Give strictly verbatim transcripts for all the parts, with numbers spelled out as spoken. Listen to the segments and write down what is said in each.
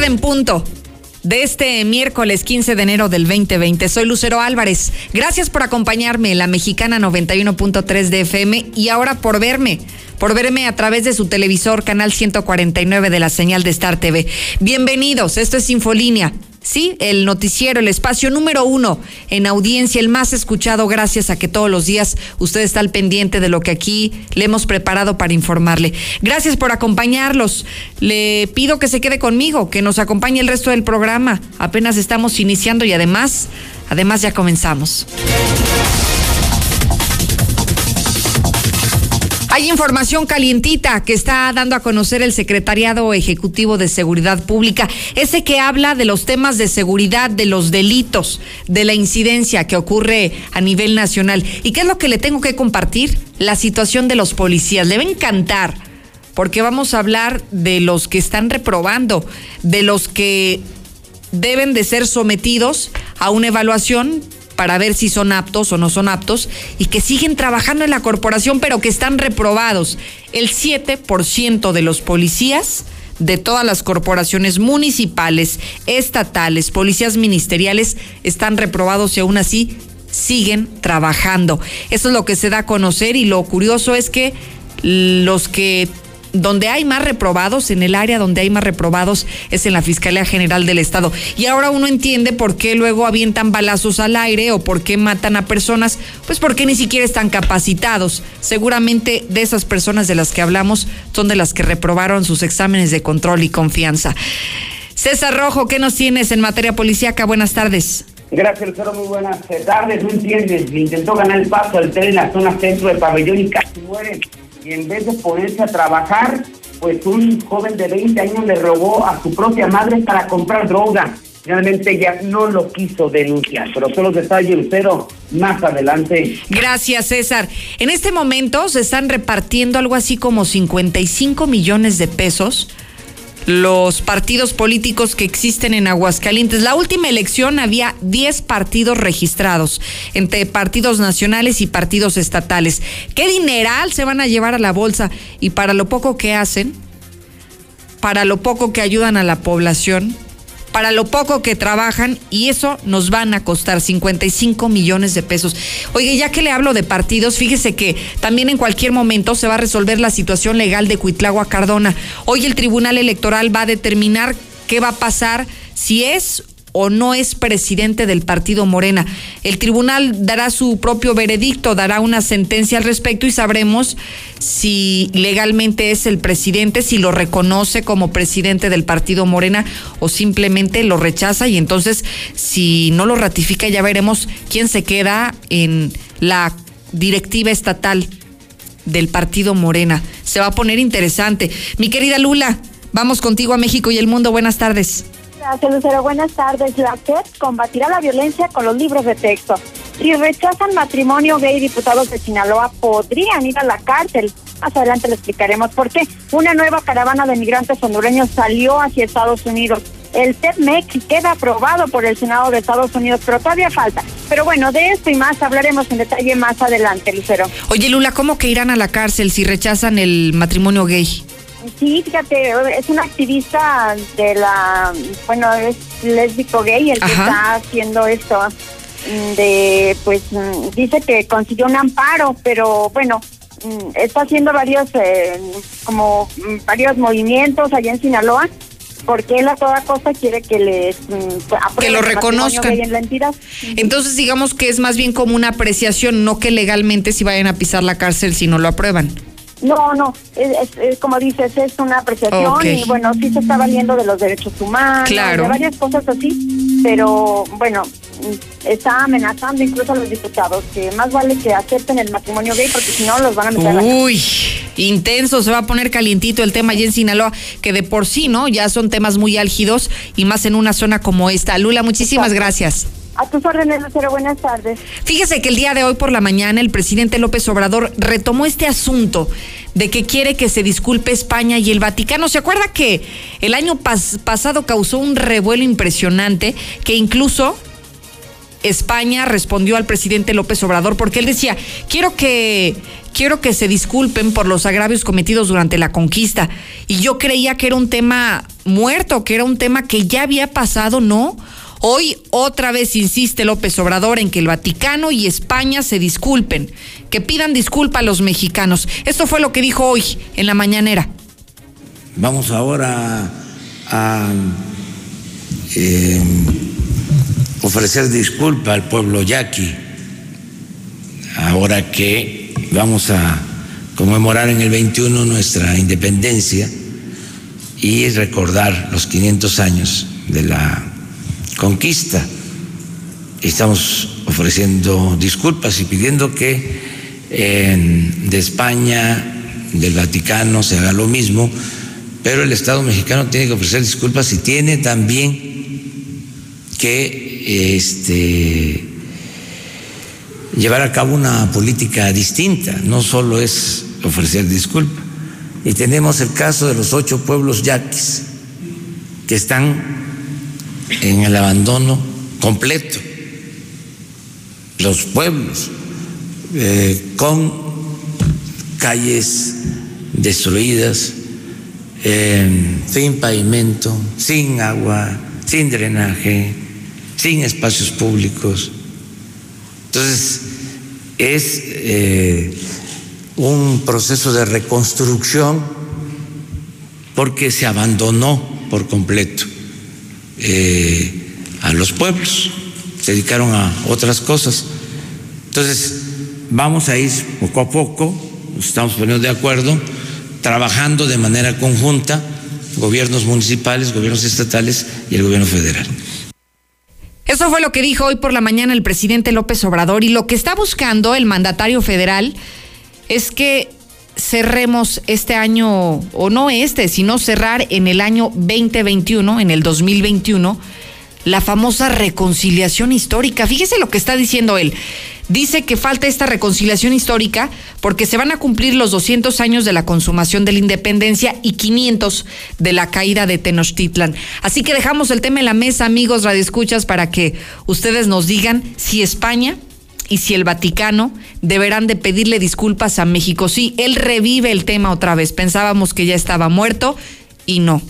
en punto de este miércoles quince de enero del veinte veinte. Soy Lucero Álvarez. Gracias por acompañarme en la Mexicana noventa y uno punto tres de F M y ahora por verme, por verme a través de su televisor, canal ciento cuarenta y nueve de la señal de Star T V. Bienvenidos, esto es Infolínea. Sí, el noticiero, el espacio número uno en audiencia, el más escuchado, gracias a que todos los días usted está al pendiente de lo que aquí le hemos preparado para informarle. Gracias por acompañarlos. Le pido que se quede conmigo, que nos acompañe el resto del programa. Apenas estamos iniciando y además, además ya comenzamos. Hay información calientita que está dando a conocer el Secretariado Ejecutivo de Seguridad Pública, ese que habla de los temas de seguridad, de los delitos, de la incidencia que ocurre a nivel nacional. ¿Y qué es lo que le tengo que compartir? La situación de los policías. Le va a encantar, porque vamos a hablar de los que están reprobando, de los que deben de ser sometidos a una evaluación para ver si son aptos o no son aptos, y que siguen trabajando en la corporación, pero que están reprobados. El siete por ciento de los policías de todas las corporaciones municipales, estatales, policías ministeriales, están reprobados y aún así siguen trabajando. Eso es lo que se da a conocer, y lo curioso es que los que donde hay más reprobados, en el área donde hay más reprobados es en la Fiscalía General del Estado. Y ahora uno entiende por qué luego avientan balazos al aire o por qué matan a personas, pues porque ni siquiera están capacitados. Seguramente de esas personas de las que hablamos son de las que reprobaron sus exámenes de control y confianza. César Rojo, ¿qué nos tienes en materia policíaca? Buenas tardes. Gracias, Lucero, muy buenas tardes. No entiendes, le intentó ganar el paso al tren en la zona centro de Pabellón y casi muere. Y en vez de ponerse a trabajar, pues un joven de veinte años le robó a su propia madre para comprar droga. Finalmente ella no lo quiso denunciar, pero son los detalles, Lucero, más adelante. Gracias, César. En este momento se están repartiendo algo así como cincuenta y cinco millones de pesos los partidos políticos que existen en Aguascalientes. La última elección había diez partidos registrados, entre partidos nacionales y partidos estatales. ¿Qué dineral se van a llevar a la bolsa? Y para lo poco que hacen, para lo poco que ayudan a la población, para lo poco que trabajan, y eso nos van a costar cincuenta y cinco millones de pesos. Oye, ya que le hablo de partidos, fíjese que también en cualquier momento se va a resolver la situación legal de Cuitlahua Cardona. Hoy el Tribunal Electoral va a determinar qué va a pasar, si es o no es presidente del partido Morena. El tribunal dará su propio veredicto, dará una sentencia al respecto y sabremos si legalmente es el presidente, si lo reconoce como presidente del partido Morena o simplemente lo rechaza, y entonces si no lo ratifica ya veremos quién se queda en la directiva estatal del partido Morena. Se va a poner interesante. Mi querida Lula, vamos contigo a México y el mundo. Buenas tardes. Gracias, Lucero. Buenas tardes. La C E P combatirá la violencia con los libros de texto. Si rechazan matrimonio gay, diputados de Sinaloa podrían ir a la cárcel. Más adelante le explicaremos por qué. Una nueva caravana de migrantes hondureños salió hacia Estados Unidos. El T E P M E C queda aprobado por el Senado de Estados Unidos, pero todavía falta. Pero bueno, de esto y más hablaremos en detalle más adelante, Lucero. Oye, Lula, ¿cómo que irán a la cárcel si rechazan el matrimonio gay? Sí, fíjate, es una activista de la, bueno, es lésbico gay el que Ajá. está haciendo esto, de, pues, dice que consiguió un amparo, pero bueno, está haciendo varios, eh, como, varios movimientos allá en Sinaloa, porque él a toda costa quiere que les aprueben que lo reconozcan en la entidad. Entonces digamos que es más bien como una apreciación, no que legalmente si vayan a pisar la cárcel si no lo aprueban. No, no, es, es, es como dices, es una apreciación okay. Y bueno, sí se está valiendo de los derechos humanos, claro. de varias cosas así, pero bueno, está amenazando incluso a los diputados que más vale que acepten el matrimonio gay porque si no los van a meter a la cárcel. Uy, intenso, se va a poner calientito el tema allí en Sinaloa, que de por sí, ¿no? Ya son temas muy álgidos y más en una zona como esta. Lula, muchísimas Exacto. gracias. A tus órdenes, Lucero, buenas tardes. Fíjese que el día de hoy por la mañana el presidente López Obrador retomó este asunto de que quiere que se disculpe España y el Vaticano. ¿Se acuerda que el año pas- pasado causó un revuelo impresionante, que incluso España respondió al presidente López Obrador porque él decía, quiero que quiero que se disculpen por los agravios cometidos durante la conquista, y yo creía que era un tema muerto, que era un tema que ya había pasado, ¿no? Hoy otra vez insiste López Obrador en que el Vaticano y España se disculpen, que pidan disculpa a los mexicanos. Esto fue lo que dijo hoy en la mañanera. Vamos ahora a eh, ofrecer disculpa al pueblo yaqui, ahora que vamos a conmemorar en el veintiuno nuestra independencia y recordar los quinientos años de la conquista. Estamos ofreciendo disculpas y pidiendo que eh, de España, del Vaticano, se haga lo mismo, pero el Estado mexicano tiene que ofrecer disculpas y tiene también que este, llevar a cabo una política distinta, no solo es ofrecer disculpas. Y tenemos el caso de los ocho pueblos yaquis que están en el abandono completo, los pueblos eh, con calles destruidas, eh, sin pavimento, sin agua, sin drenaje, sin espacios públicos. Entonces es eh, un proceso de reconstrucción porque se abandonó por completo Eh, a los pueblos, se dedicaron a otras cosas. Entonces vamos a ir poco a poco, nos estamos poniendo de acuerdo, trabajando de manera conjunta, gobiernos municipales, gobiernos estatales y el gobierno federal. Eso fue lo que dijo hoy por la mañana el presidente López Obrador, y lo que está buscando el mandatario federal es que cerremos este año, o no este, sino cerrar en el año veinte veintiuno, en el dos mil veintiuno, la famosa reconciliación histórica. Fíjese lo que está diciendo él. Dice que falta esta reconciliación histórica porque se van a cumplir los doscientos años de la consumación de la independencia y quinientos de la caída de Tenochtitlan. Así que dejamos el tema en la mesa, amigos radioescuchas, para que ustedes nos digan si España y si el Vaticano deberán de pedirle disculpas a México. Sí, él revive el tema otra vez. Pensábamos que ya estaba muerto y no.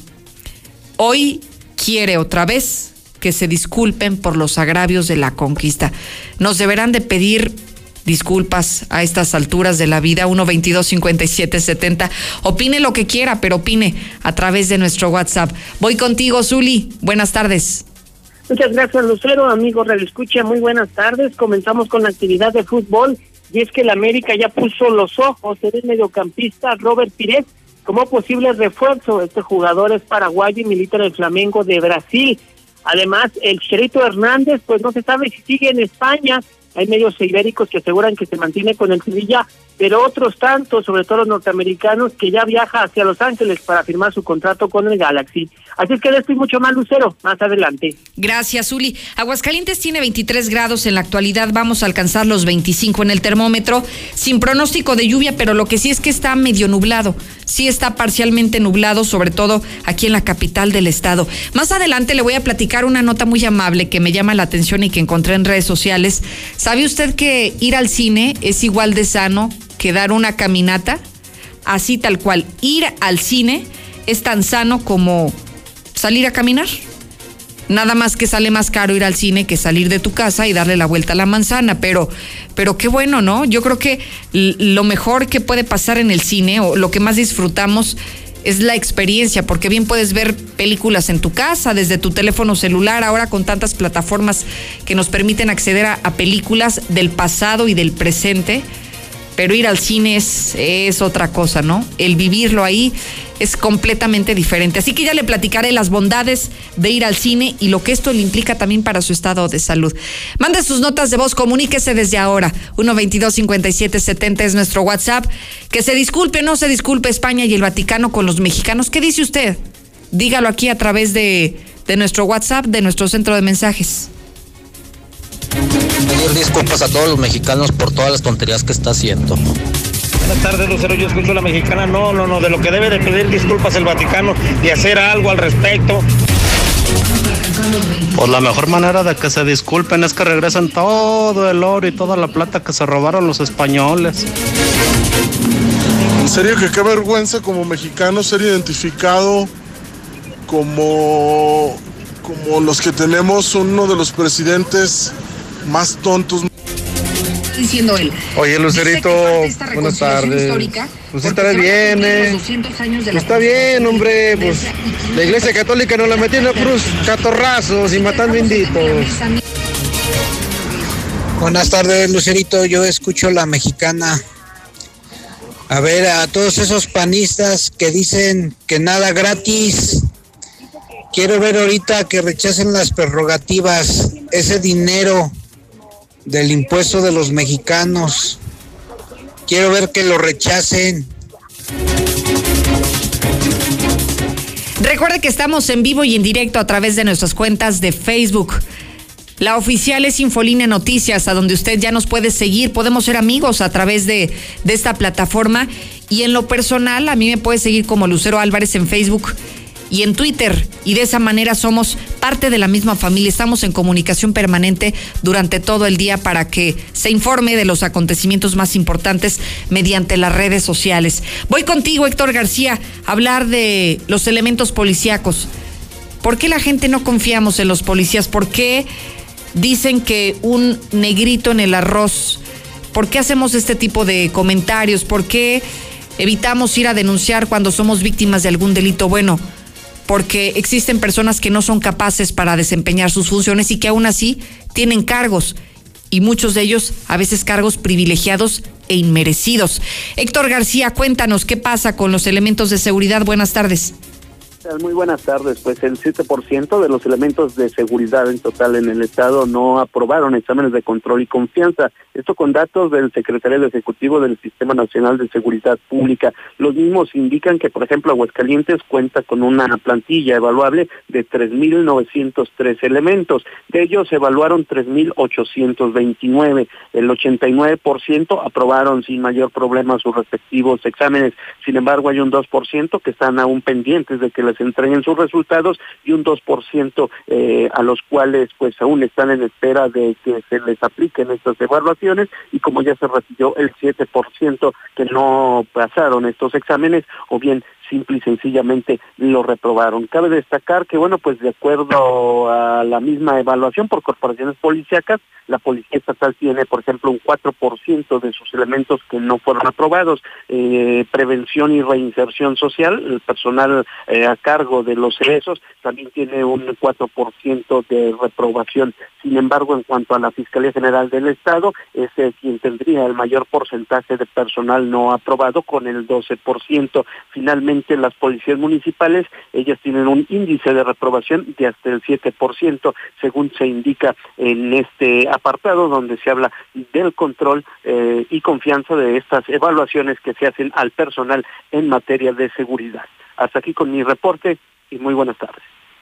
Hoy quiere otra vez que se disculpen por los agravios de la conquista. Nos deberán de pedir disculpas a estas alturas de la vida. uno veintidós cincuenta y siete setenta. Opine lo que quiera, pero opine a través de nuestro WhatsApp. Voy contigo, Zuli. Buenas tardes. Muchas gracias, Lucero. Amigo Radio Escucha, muy buenas tardes. Comenzamos con la actividad de fútbol, y es que el América ya puso los ojos en el mediocampista Robert Pires como posible refuerzo. Este jugador es paraguayo y milita en el Flamengo de Brasil. Además, el Chicharito Hernández, pues no se sabe si sigue en España. Hay medios ibéricos que aseguran que se mantiene con el Sevilla, pero otros tantos, sobre todo los norteamericanos, que ya viaja hacia Los Ángeles para firmar su contrato con el Galaxy. Así es que de esto y mucho más, Lucero, más adelante. Gracias, Uli. Aguascalientes tiene veintitrés grados en la actualidad, vamos a alcanzar los veinticinco en el termómetro, sin pronóstico de lluvia, pero lo que sí es que está medio nublado, sí está parcialmente nublado, sobre todo aquí en la capital del estado. Más adelante le voy a platicar una nota muy amable que me llama la atención y que encontré en redes sociales. ¿Sabe usted que ir al cine es igual de sano que dar una caminata? Así tal cual, ir al cine es tan sano como salir a caminar. Nada más que sale más caro ir al cine que salir de tu casa y darle la vuelta a la manzana, pero, pero qué bueno, ¿no? Yo creo que lo mejor que puede pasar en el cine, o lo que más disfrutamos, es la experiencia, porque bien puedes ver películas en tu casa, desde tu teléfono celular, ahora con tantas plataformas que nos permiten acceder a, a películas del pasado y del presente. Pero ir al cine es, es otra cosa, ¿no? El vivirlo ahí es completamente diferente. Así que ya le platicaré las bondades de ir al cine y lo que esto le implica también para su estado de salud. Mande sus notas de voz, comuníquese desde ahora. uno veintidós cincuenta y siete setenta es nuestro WhatsApp. Que se disculpe o no se disculpe España y el Vaticano con los mexicanos. ¿Qué dice usted? Dígalo aquí a través de, de nuestro WhatsApp, de nuestro centro de mensajes. Pedir disculpas a todos los mexicanos por todas las tonterías que está haciendo. Buenas tardes, Lucero. Yo escucho a la mexicana. No, no, no. De lo que debe de pedir disculpas el Vaticano y hacer algo al respecto. Pues la mejor manera de que se disculpen es que regresen todo el oro y toda la plata que se robaron los españoles. En serio que qué vergüenza como mexicano ser identificado como, como los que tenemos uno de los presidentes más tontos. Diciendo él. Oye, Lucerito, buenas tardes. Pues estará bien, eh. Pues está bien, hombre, pues la Iglesia Católica nos la metió en la cruz, catorrazos y matando inditos. Buenas tardes, Lucerito, yo escucho La Mexicana. A ver, a todos esos panistas que dicen que nada gratis, quiero ver ahorita que rechacen las prerrogativas, ese dinero del impuesto de los mexicanos. Quiero ver que lo rechacen. Recuerde que estamos en vivo y en directo a través de nuestras cuentas de Facebook. La oficial es Infolínea Noticias, a donde usted ya nos puede seguir. Podemos ser amigos a través de, de esta plataforma. Y en lo personal, a mí me puede seguir como Lucero Álvarez en Facebook y en Twitter, y de esa manera somos parte de la misma familia. Estamos en comunicación permanente durante todo el día para que se informe de los acontecimientos más importantes mediante las redes sociales. Voy contigo, Héctor García, a hablar de los elementos policíacos. ¿Por qué la gente no confiamos en los policías? ¿Por qué dicen que un negrito en el arroz? ¿Por qué hacemos este tipo de comentarios? ¿Por qué evitamos ir a denunciar cuando somos víctimas de algún delito? Bueno, porque existen personas que no son capaces para desempeñar sus funciones y que aún así tienen cargos, y muchos de ellos a veces cargos privilegiados e inmerecidos. Héctor García, cuéntanos qué pasa con los elementos de seguridad. Buenas tardes. Muy buenas tardes. Pues el siete por ciento de los elementos de seguridad en total en el estado no aprobaron exámenes de control y confianza. Esto con datos del Secretariado Ejecutivo del Sistema Nacional de Seguridad Pública. Los mismos indican que, por ejemplo, Aguascalientes cuenta con una plantilla evaluable de tres mil novecientos tres elementos. De ellos se evaluaron tres mil ochocientos veintinueve. El ochenta y nueve por ciento aprobaron sin mayor problema sus respectivos exámenes. Sin embargo, hay un dos por ciento que están aún pendientes de que les entreguen sus resultados, y un dos por ciento eh, a los cuales pues aún están en espera de que se les apliquen estas evaluaciones, y como ya se refirió, el siete por ciento que no pasaron estos exámenes o bien simple y sencillamente lo reprobaron. Cabe destacar que, bueno, pues de acuerdo a la misma evaluación por corporaciones policíacas, la Policía Estatal tiene, por ejemplo, un cuatro por ciento de sus elementos que no fueron aprobados. Eh, prevención y reinserción social, el personal eh, a cargo de los egresos, también tiene un cuatro por ciento de reprobación. Sin embargo, en cuanto a la Fiscalía General del Estado, es eh, quien tendría el mayor porcentaje de personal no aprobado, con el doce por ciento. Finalmente, las policías municipales, ellas tienen un índice de reprobación de hasta el siete por ciento, según se indica en este apartado donde se habla del control eh, y confianza de estas evaluaciones que se hacen al personal en materia de seguridad. Hasta aquí con mi reporte y muy buenas tardes.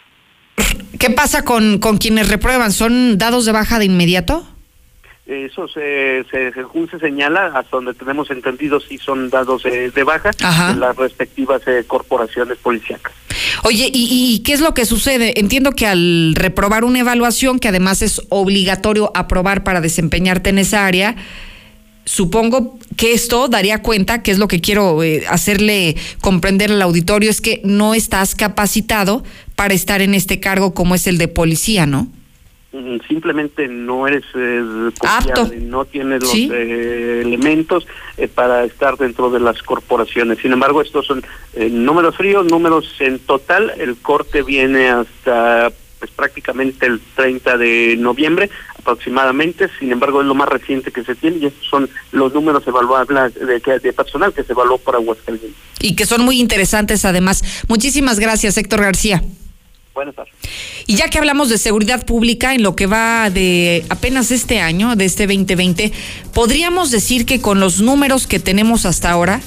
¿Qué pasa con, con quienes reprueban? ¿Son dados de baja de inmediato? Eso se, se, según se señala, hasta donde tenemos entendido, sí son dados eh, de baja Ajá. en las respectivas eh, corporaciones policíacas. Oye, ¿y, ¿y qué es lo que sucede? Entiendo que al reprobar una evaluación, que además es obligatorio aprobar para desempeñarte en esa área, supongo que esto daría cuenta, que es lo que quiero eh, hacerle comprender al auditorio, es que no estás capacitado para estar en este cargo como es el de policía, ¿no? Simplemente no eres eh, confiable, no tienes los ¿Sí? eh, elementos eh, para estar dentro de las corporaciones. Sin embargo, estos son eh, números fríos, números en total. El corte viene hasta pues prácticamente el treinta de noviembre aproximadamente. Sin embargo, es lo más reciente que se tiene, y estos son los números evaluables de, de personal que se evaluó por Aguascalientes. Y que son muy interesantes además. Muchísimas gracias, Héctor García. Buenas tardes. Y ya que hablamos de seguridad pública, en lo que va de apenas este año, de este veinte veinte, podríamos decir que con los números que tenemos hasta ahora,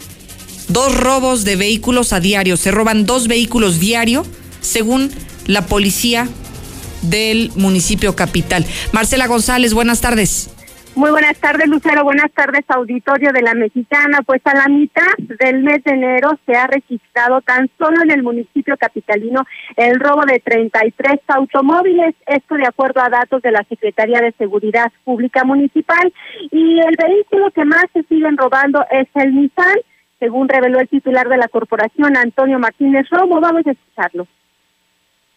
dos robos de vehículos a diario, se roban dos vehículos diario, según la policía del municipio capital. Marcela González, buenas tardes. Muy buenas tardes, Lucero. Buenas tardes, auditorio de La Mexicana. Pues a la mitad del mes de enero se ha registrado tan solo en el municipio capitalino el robo de treinta y tres automóviles, esto de acuerdo a datos de la Secretaría de Seguridad Pública Municipal. Y el vehículo que más se siguen robando es el Nissan, según reveló el titular de la corporación, Antonio Martínez Romo. Vamos a escucharlo.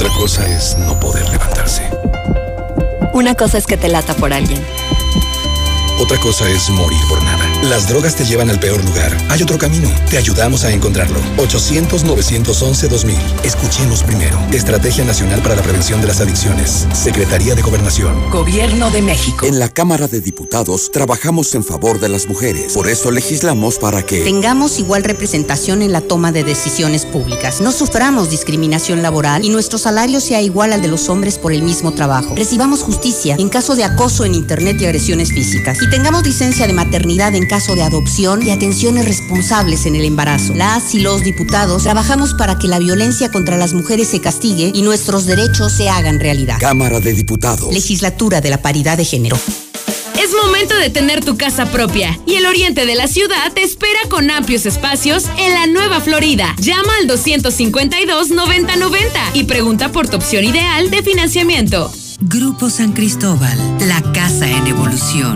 Otra cosa es no poder levantarse. Una cosa es que te lata por alguien. Otra cosa es morir por nada. Las drogas te llevan al peor lugar. Hay otro camino. Te ayudamos a encontrarlo. ochocientos, novecientos once, dos mil. Escuchemos primero. Estrategia Nacional para la Prevención de las Adicciones. Secretaría de Gobernación. Gobierno de México. En la Cámara de Diputados trabajamos en favor de las mujeres. Por eso legislamos para que tengamos igual representación en la toma de decisiones públicas. No suframos discriminación laboral y nuestro salario sea igual al de los hombres por el mismo trabajo. Recibamos justicia en caso de acoso en internet y agresiones físicas. Y tengamos licencia de maternidad en caso de adopción y atenciones responsables en el embarazo. Las y los diputados trabajamos para que la violencia contra las mujeres se castigue y nuestros derechos se hagan realidad. Cámara de Diputados. Legislatura de la Paridad de Género. Es momento de tener tu casa propia y el oriente de la ciudad te espera con amplios espacios en la Nueva Florida. Llama al doscientos cincuenta y dos, noventa noventa y pregunta por tu opción ideal de financiamiento. Grupo San Cristóbal, la casa en evolución.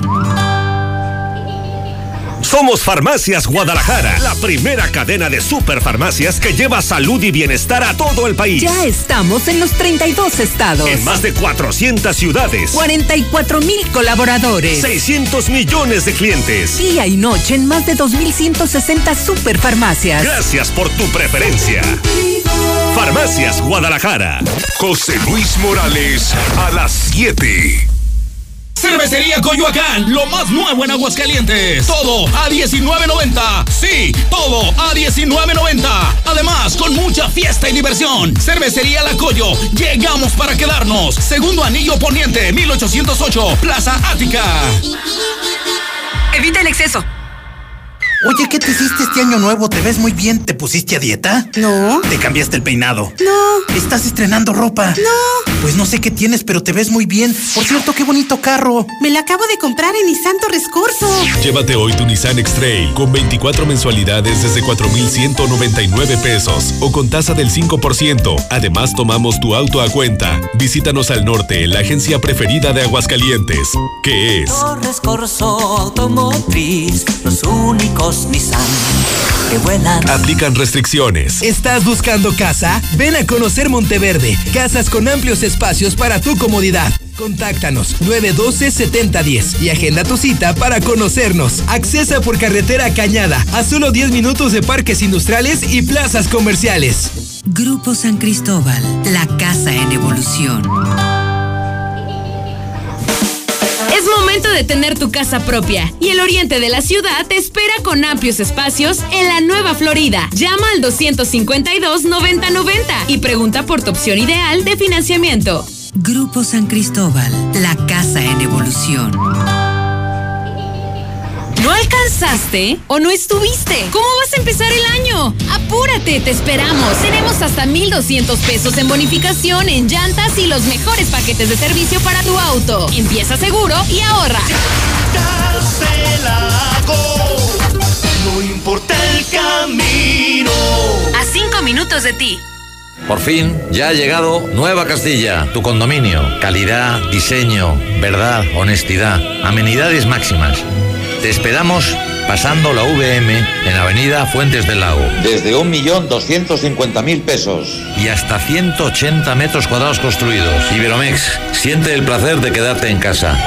Somos Farmacias Guadalajara, la primera cadena de superfarmacias que lleva salud y bienestar a todo el país. Ya estamos en los treinta y dos estados. En más de cuatrocientas ciudades. cuarenta y cuatro mil colaboradores. seiscientos millones de clientes. Día y noche en más de dos mil ciento sesenta superfarmacias. Gracias por tu preferencia. Farmacias Guadalajara. José Luis Morales a las siete. Cervecería Coyoacán, lo más nuevo en Aguascalientes. Todo a diecinueve noventa. Sí, todo a diecinueve noventa. Además, con mucha fiesta y diversión. Cervecería La Coyo, llegamos para quedarnos. Segundo anillo poniente, mil ochocientos ocho, Plaza Ática. Evita el exceso. Oye, ¿qué te hiciste este año nuevo? ¿Te ves muy bien? ¿Te pusiste a dieta? No. ¿Te cambiaste el peinado? No. ¿Estás estrenando ropa? No. Pues no sé qué tienes, pero te ves muy bien. Por cierto, qué bonito carro. Me lo acabo de comprar en Nissan Torres Corso. Llévate hoy tu Nissan X-Trail con veinticuatro mensualidades desde cuatro mil ciento noventa y nueve pesos o con tasa del cinco por ciento. Además, tomamos tu auto a cuenta. Visítanos al norte en la agencia preferida de Aguascalientes, que es Torres Corso Automotriz, los únicos Nissan que vuelan. Aplican restricciones. ¿Estás buscando casa? Ven a conocer Monteverde. Casas con amplios espacios para tu comodidad. Contáctanos nueve uno dos, siete cero uno cero y agenda tu cita para conocernos. Accesa por carretera Cañada a solo diez minutos de parques industriales y plazas comerciales. Grupo San Cristóbal, la casa en evolución. Es momento de tener tu casa propia y el oriente de la ciudad te espera con amplios espacios en la Nueva Florida. Llama al doscientos cincuenta y dos, noventa noventa y pregunta por tu opción ideal de financiamiento. Grupo San Cristóbal, la casa en evolución. ¿No alcanzaste o no estuviste? ¿Cómo vas a empezar el año? ¡Apúrate! ¡Te esperamos! Tenemos hasta mil doscientos pesos en bonificación en llantas y los mejores paquetes de servicio para tu auto. Empieza seguro y ahorra. No importa el camino. A cinco minutos de ti. Por fin, ya ha llegado Nueva Castilla, tu condominio. Calidad, diseño, verdad, honestidad, amenidades máximas. Te esperamos pasando la V M en Avenida Fuentes del Lago. Desde un millón doscientos cincuenta mil pesos. Y hasta ciento ochenta metros cuadrados construidos. Iberomex, siente el placer de quedarte en casa.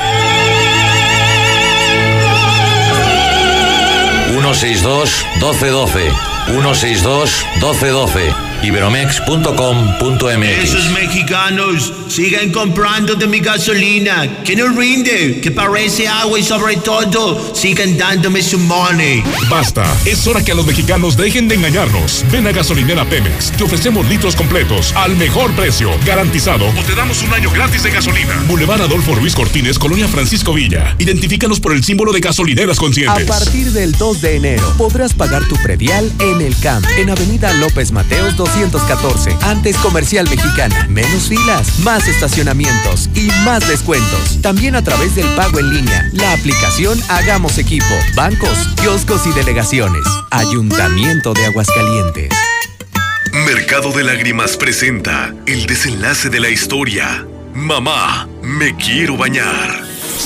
uno seis dos, doce doce. uno seis dos, doce doce. Iberomex punto com punto m x. Esos mexicanos sigan comprando de mi gasolina, que no rinde, que parece agua y sobre todo sigan dándome su money. Basta, es hora que a los mexicanos dejen de engañarnos. Ven a Gasolinera Pemex, te ofrecemos litros completos al mejor precio, garantizado, o te damos un año gratis de gasolina. Boulevard Adolfo Ruiz Cortines, Colonia Francisco Villa. Identifícanos por el símbolo de Gasolineras Conscientes. A partir del dos de enero podrás pagar tu predial en el C A M, en Avenida López Mateos doscientos catorce, antes Comercial Mexicana. Menos filas, más estacionamientos y más descuentos. También a través del pago en línea, la aplicación Hagamos Equipo, bancos, kioscos y delegaciones. Ayuntamiento de Aguascalientes. Mercado de Lágrimas presenta el desenlace de la historia. Mamá, me quiero bañar.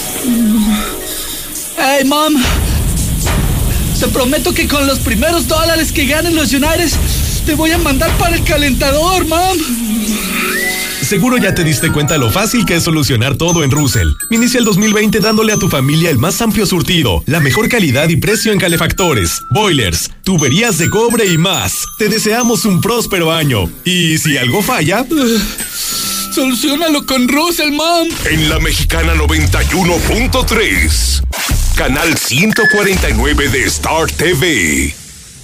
Hey, mom. Te prometo que con los primeros dólares que ganen los United te voy a mandar para el calentador, mom. Seguro ya te diste cuenta lo fácil que es solucionar todo en Russell. Inicia el dos mil veinte dándole a tu familia el más amplio surtido, la mejor calidad y precio en calefactores, boilers, tuberías de cobre y más. Te deseamos un próspero año. Y si algo falla... ¡Soluciónalo con Russell, Mom! En la Mexicana noventa y uno punto tres. Canal ciento cuarenta y nueve de Star T V.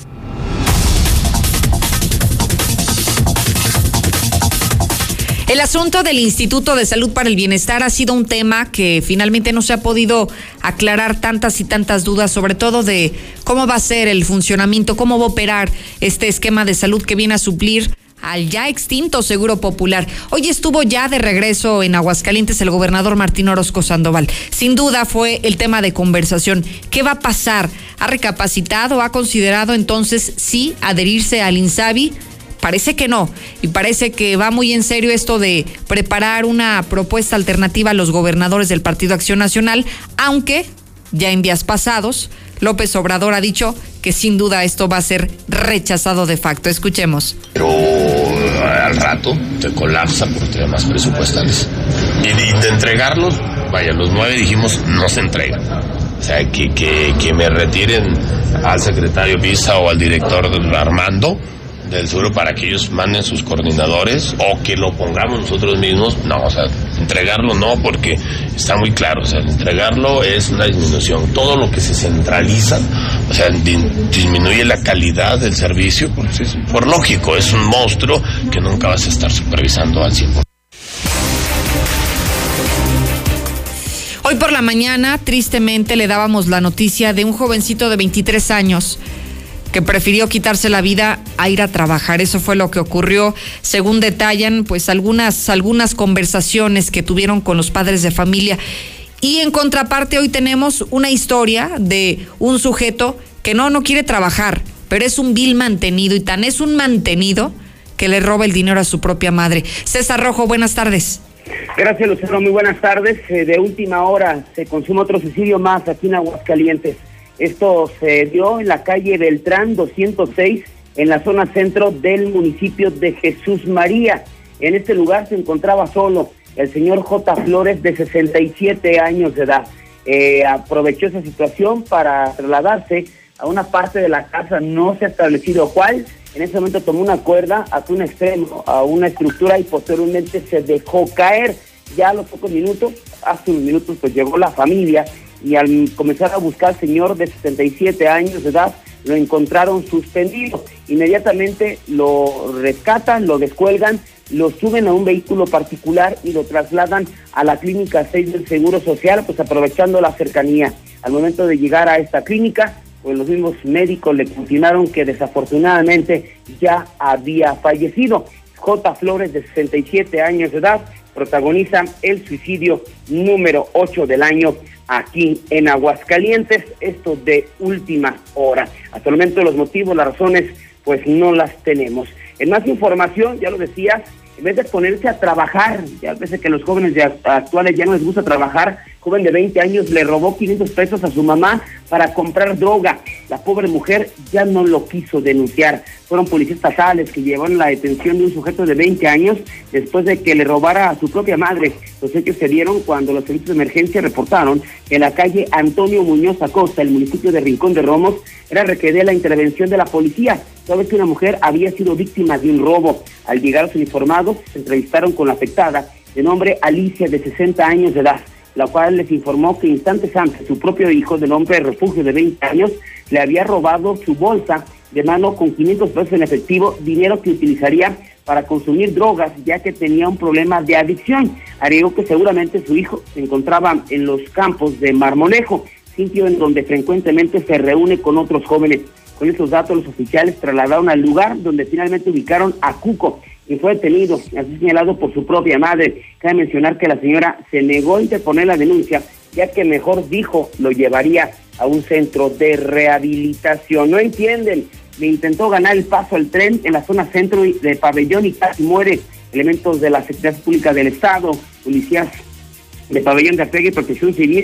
El asunto del Instituto de Salud para el Bienestar ha sido un tema que finalmente no se ha podido aclarar tantas y tantas dudas, sobre todo de cómo va a ser el funcionamiento, cómo va a operar este esquema de salud que viene a suplir al ya extinto Seguro Popular. Hoy estuvo ya de regreso en Aguascalientes el gobernador Martín Orozco Sandoval. Sin duda fue el tema de conversación. ¿Qué va a pasar? ¿Ha recapacitado? ¿Ha considerado entonces sí adherirse al INSABI? Parece que no, y parece que va muy en serio esto de preparar una propuesta alternativa a los gobernadores del Partido Acción Nacional, aunque ya en días pasados López Obrador ha dicho que sin duda esto va a ser rechazado de facto. Escuchemos. Pero al rato te colapsa por temas presupuestales. Y de, de entregarlos, vaya, los nueve dijimos no se entregan. O sea, que, que, que me retiren al secretario Pisa o al director Armando del Seguro para que ellos manden sus coordinadores o que lo pongamos nosotros mismos. No, o sea, entregarlo no, porque está muy claro, o sea, entregarlo es una disminución. Todo lo que se centraliza, o sea, di, disminuye la calidad del servicio, pues es, por lógico, es un monstruo que nunca vas a estar supervisando al cien por ciento. Hoy por la mañana, tristemente, le dábamos la noticia de un jovencito de veintitrés años que prefirió quitarse la vida a ir a trabajar. Eso fue lo que ocurrió, según detallan pues algunas, algunas conversaciones que tuvieron con los padres de familia. Y en contraparte hoy tenemos una historia de un sujeto que no, no quiere trabajar, pero es un vil mantenido, y tan es un mantenido que le roba el dinero a su propia madre. César Rojo, buenas tardes. Gracias, Lucero, muy buenas tardes. Eh, de última hora se consuma otro suicidio más aquí en Aguascalientes. Esto se dio en la calle Beltrán doscientos seis, en la zona centro del municipio de Jesús María. En este lugar se encontraba solo el señor J. Flores, de sesenta y siete años de edad. Eh, aprovechó esa situación para trasladarse a una parte de la casa, no se ha establecido cuál. En ese momento tomó una cuerda hasta un extremo, a una estructura, y posteriormente se dejó caer. Ya a los pocos minutos, hace unos minutos, pues llegó la familia, y al comenzar a buscar al señor de sesenta y siete años de edad, lo encontraron suspendido. Inmediatamente lo rescatan, lo descuelgan, lo suben a un vehículo particular y lo trasladan a la clínica seis del Seguro Social, pues aprovechando la cercanía. Al momento de llegar a esta clínica, pues los mismos médicos le confirmaron que desafortunadamente ya había fallecido. J. Flores, de sesenta y siete años de edad, protagoniza el suicidio número ocho del año aquí en Aguascalientes, esto de última hora. Hasta el momento los motivos, las razones, pues no las tenemos. En más información, ya lo decías, en vez de ponerse a trabajar, ya parece que los jóvenes de actuales ya no les gusta trabajar. Joven de veinte años le robó quinientos pesos a su mamá para comprar droga. La pobre mujer ya no lo quiso denunciar. Fueron policías estatales que llevaron la detención de un sujeto de veinte años después de que le robara a su propia madre. Los hechos se dieron cuando los servicios de emergencia reportaron que en la calle Antonio Muñoz Acosta, el municipio de Rincón de Romos, era requerida la intervención de la policía, toda vez que una mujer había sido víctima de un robo. Al llegar los uniformados, se entrevistaron con la afectada, de nombre Alicia, de sesenta años de edad, la cual les informó que instantes antes su propio hijo, de nombre Refugio, de veinte años, le había robado su bolsa de mano con quinientos pesos en efectivo, dinero que utilizaría para consumir drogas, ya que tenía un problema de adicción. Agregó que seguramente su hijo se encontraba en los campos de Marmolejo, sitio en donde frecuentemente se reúne con otros jóvenes. Con estos datos, los oficiales trasladaron al lugar donde finalmente ubicaron a Cuco, y fue detenido, así señalado por su propia madre. Cabe mencionar que la señora se negó a interponer la denuncia, ya que mejor dijo lo llevaría a un centro de rehabilitación. No entienden, le intentó ganar el paso al tren en la zona centro de Pabellón y casi muere. Elementos de la Secretaría Pública del Estado, policías de Pabellón de Arteaga y Protección Civil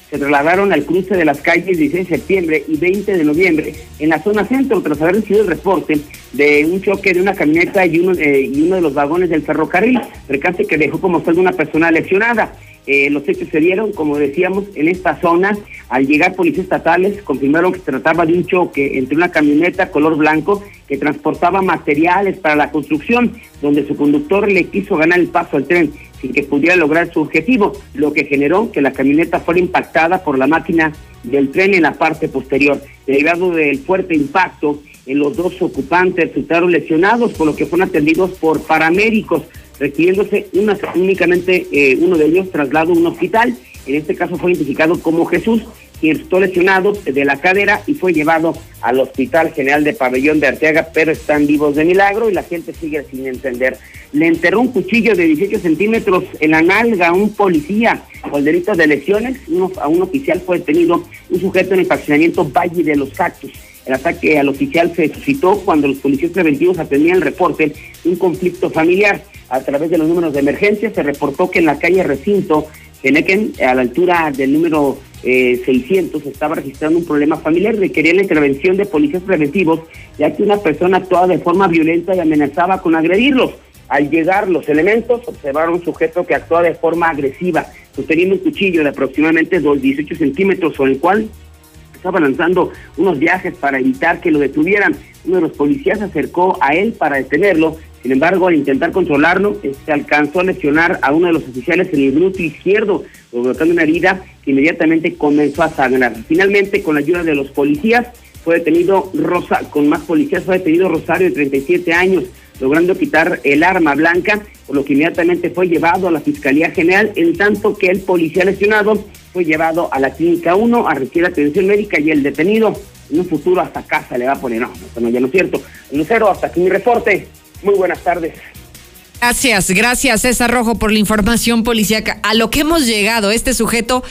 se trasladaron al cruce de las calles dieciséis de septiembre y veinte de noviembre en la zona centro tras haber recibido el reporte de un choque de una camioneta y uno, eh, y uno de los vagones del ferrocarril, percance que dejó como saldo una persona lesionada. Eh, los hechos se dieron, como decíamos, en esta zona. Al llegar policías estatales confirmaron que se trataba de un choque entre una camioneta color blanco que transportaba materiales para la construcción, donde su conductor le quiso ganar el paso al tren sin que pudiera lograr su objetivo, lo que generó que la camioneta fuera impactada por la máquina del tren en la parte posterior. Derivado del fuerte impacto, eh, los dos ocupantes resultaron lesionados, por lo que fueron atendidos por paramédicos, requiriéndose una, únicamente eh, uno de ellos traslado a un hospital. En este caso fue identificado como Jesús, quien resultó lesionado de la cadera y fue llevado al Hospital General de Pabellón de Arteaga, pero están vivos de milagro y la gente sigue sin entender. Le enterró un cuchillo de dieciocho centímetros en la nalga a un policía por delito de lesiones. Uno, a un oficial fue detenido un sujeto en el fraccionamiento Valle de los Cactus. El ataque al oficial se suscitó cuando los policías preventivos atendían el reporte de un conflicto familiar. A través de los números de emergencia se reportó que en la calle Recinto Genequen, a la altura del número eh, seiscientos, estaba registrando un problema familiar. Requería la intervención de policías preventivos, ya que una persona actuaba de forma violenta y amenazaba con agredirlos. Al llegar los elementos, observaron un sujeto que actuaba de forma agresiva, sosteniendo un cuchillo de aproximadamente dieciocho centímetros, con el cual estaba lanzando unos viajes para evitar que lo detuvieran. Uno de los policías se acercó a él para detenerlo. Sin embargo, al intentar controlarlo, se alcanzó a lesionar a uno de los oficiales en el glúteo izquierdo, provocando una herida que inmediatamente comenzó a sangrar. Finalmente, con la ayuda de los policías, fue detenido Rosa, con más policías fue detenido Rosario, de treinta y siete años, logrando quitar el arma blanca, por lo que inmediatamente fue llevado a la Fiscalía General, en tanto que el policía lesionado fue llevado a la Clínica uno a recibir atención médica y el detenido en un futuro hasta casa le va a poner. No, no, no ya no es cierto. Lucero, hasta aquí mi reporte. Muy buenas tardes. Gracias, gracias César Rojo por la información policíaca. A lo que hemos llegado, este sujeto,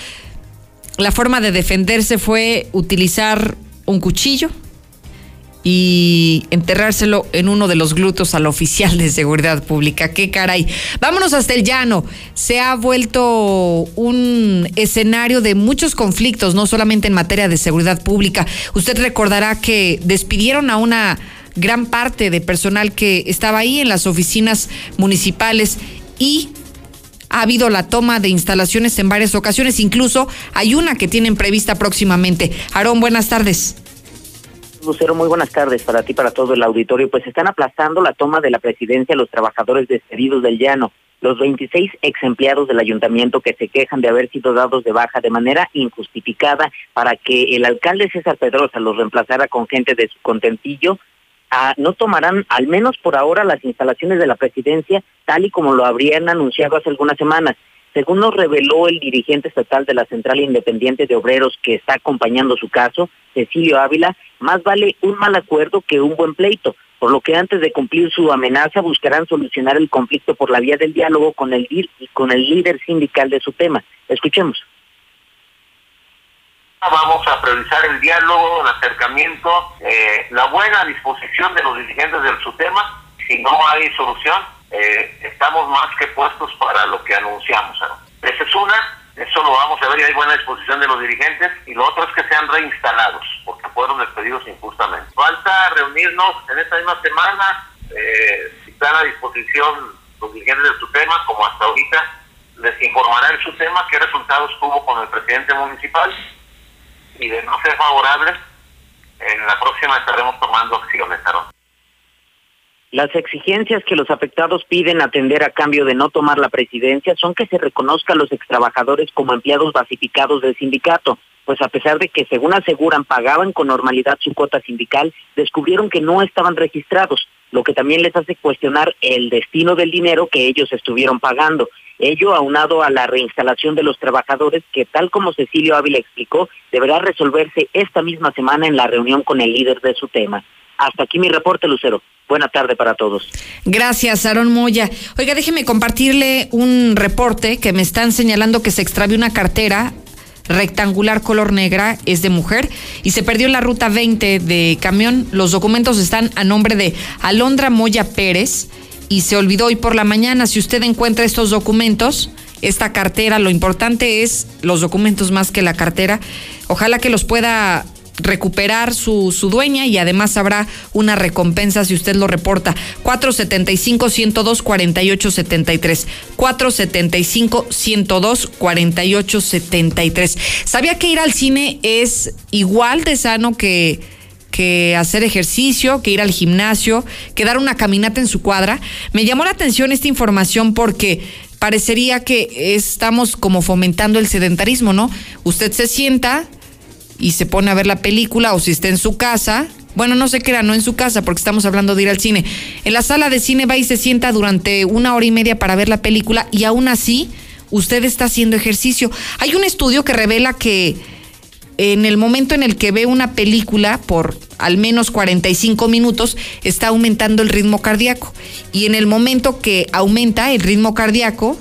la forma de defenderse fue utilizar un cuchillo y enterrárselo en uno de los glúteos al oficial de seguridad pública. ¡Qué caray! Vámonos hasta el llano. Se ha vuelto un escenario de muchos conflictos, no solamente en materia de seguridad pública. Usted recordará que despidieron a una gran parte de personal que estaba ahí en las oficinas municipales y ha habido la toma de instalaciones en varias ocasiones, incluso hay una que tienen prevista próximamente. Aarón, buenas tardes. Lucero, muy buenas tardes para ti, para todo el auditorio. Pues están aplazando la toma de la presidencia los trabajadores despedidos del llano. Los veintiséis ex empleados del ayuntamiento que se quejan de haber sido dados de baja de manera injustificada para que el alcalde César Pedrosa los reemplazara con gente de su contentillo, Ah, no tomarán, al menos por ahora, las instalaciones de la presidencia, tal y como lo habrían anunciado hace algunas semanas. Según nos reveló el dirigente estatal de la Central Independiente de Obreros que está acompañando su caso, Cecilio Ávila, más vale un mal acuerdo que un buen pleito, por lo que antes de cumplir su amenaza buscarán solucionar el conflicto por la vía del diálogo con el, con el líder sindical de su tema. Escuchemos. Vamos a priorizar el diálogo, el acercamiento, eh, la buena disposición de los dirigentes del SUTEMA. Si no hay solución, eh, estamos más que puestos para lo que anunciamos, ¿no? Esa es una, eso lo vamos a ver y hay buena disposición de los dirigentes. Y lo otro es que sean reinstalados, porque fueron despedidos injustamente. Falta reunirnos en esta misma semana, eh, si están a disposición los dirigentes del SUTEMA, como hasta ahorita, les informará el SUTEMA qué resultados tuvo con el presidente municipal. Y de no ser favorable, en la próxima estaremos tomando acciones, Aarón. Las exigencias que los afectados piden atender a cambio de no tomar la presidencia son que se reconozca a los extrabajadores como empleados basificados del sindicato, pues a pesar de que, según aseguran, pagaban con normalidad su cuota sindical, descubrieron que no estaban registrados, lo que también les hace cuestionar el destino del dinero que ellos estuvieron pagando. Ello aunado a la reinstalación de los trabajadores que, tal como Cecilio Ávila explicó, deberá resolverse esta misma semana en la reunión con el líder de su tema. Hasta aquí mi reporte, Lucero. Buena tarde para todos. Gracias, Aarón Moya. Oiga, déjeme compartirle un reporte que me están señalando que se extravió una cartera rectangular color negra, es de mujer, y se perdió en la ruta veinte de camión. Los documentos están a nombre de Alondra Moya Pérez, y se olvidó hoy por la mañana. Si usted encuentra estos documentos, esta cartera. Lo importante es los documentos más que la cartera. Ojalá que los pueda recuperar su, su dueña y además habrá una recompensa si usted lo reporta. cuatro siete cinco, uno cero dos, cuatro ocho siete tres. cuatro siete cinco, uno cero dos, cuatro ocho siete tres. ¿Sabía que ir al cine es igual de sano que, que hacer ejercicio, que ir al gimnasio, que dar una caminata en su cuadra? Me llamó la atención esta información porque parecería que estamos como fomentando el sedentarismo, ¿no? Usted se sienta y se pone a ver la película, o si está en su casa, bueno, no se crea, no en su casa, porque estamos hablando de ir al cine. En la sala de cine va y se sienta durante una hora y media para ver la película y aún así usted está haciendo ejercicio. Hay un estudio que revela que en el momento en el que ve una película por al menos cuarenta y cinco minutos, está aumentando el ritmo cardíaco. Y en el momento que aumenta el ritmo cardíaco,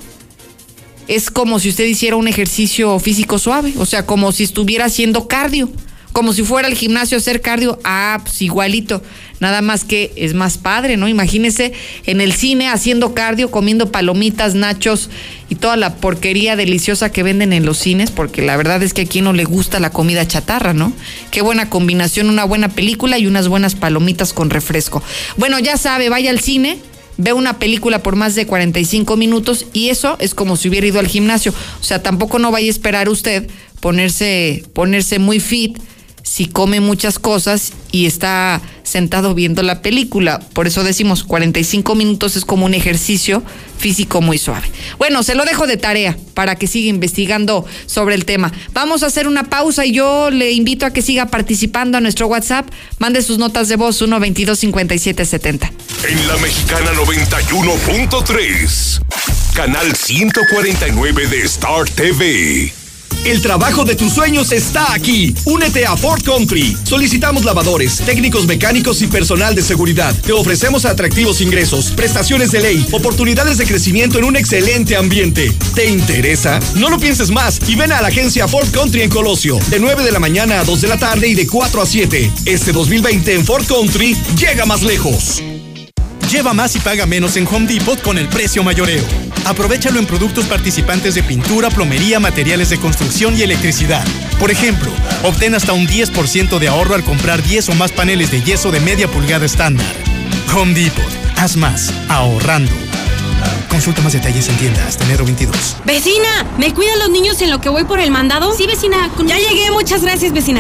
es como si usted hiciera un ejercicio físico suave, o sea, como si estuviera haciendo cardio, como si fuera al gimnasio a hacer cardio. Ah, pues igualito, nada más que es más padre, ¿no? Imagínese en el cine haciendo cardio, comiendo palomitas, nachos y toda la porquería deliciosa que venden en los cines, porque la verdad es que a quien no le gusta la comida chatarra, ¿no? Qué buena combinación, una buena película y unas buenas palomitas con refresco. Bueno, ya sabe, vaya al cine, ve una película por más de cuarenta y cinco minutos y eso es como si hubiera ido al gimnasio. O sea, tampoco no vaya a esperar usted ponerse, ponerse muy fit si come muchas cosas y está sentado viendo la película. Por eso decimos cuarenta y cinco minutos es como un ejercicio físico muy suave. Bueno, se lo dejo de tarea para que siga investigando sobre el tema. Vamos a hacer una pausa y yo le invito a que siga participando a nuestro WhatsApp. Mande sus notas de voz uno veintidós cincuenta y siete setenta. En la Mexicana noventa y uno punto tres, canal ciento cuarenta y nueve de Star T V. El trabajo de tus sueños está aquí. Únete a Ford Country. Solicitamos lavadores, técnicos mecánicos y personal de seguridad. Te ofrecemos atractivos ingresos, prestaciones de ley, oportunidades de crecimiento en un excelente ambiente. ¿Te interesa? No lo pienses más y ven a la agencia Ford Country en Colosio, de nueve de la mañana a dos de la tarde y de cuatro a siete. Este dos mil veinte en Ford Country llega más lejos. Lleva más y paga menos en Home Depot con el precio mayoreo. Aprovéchalo en productos participantes de pintura, plomería, materiales de construcción y electricidad. Por ejemplo, obtén hasta un diez por ciento de ahorro al comprar diez o más paneles de yeso de media pulgada estándar. Home Depot. Haz más, ahorrando. Consulta más detalles en tienda hasta enero veintidós. ¡Vecina! ¿Me cuidan los niños en lo que voy por el mandado? Sí, vecina. Con... Ya llegué, muchas gracias, vecina.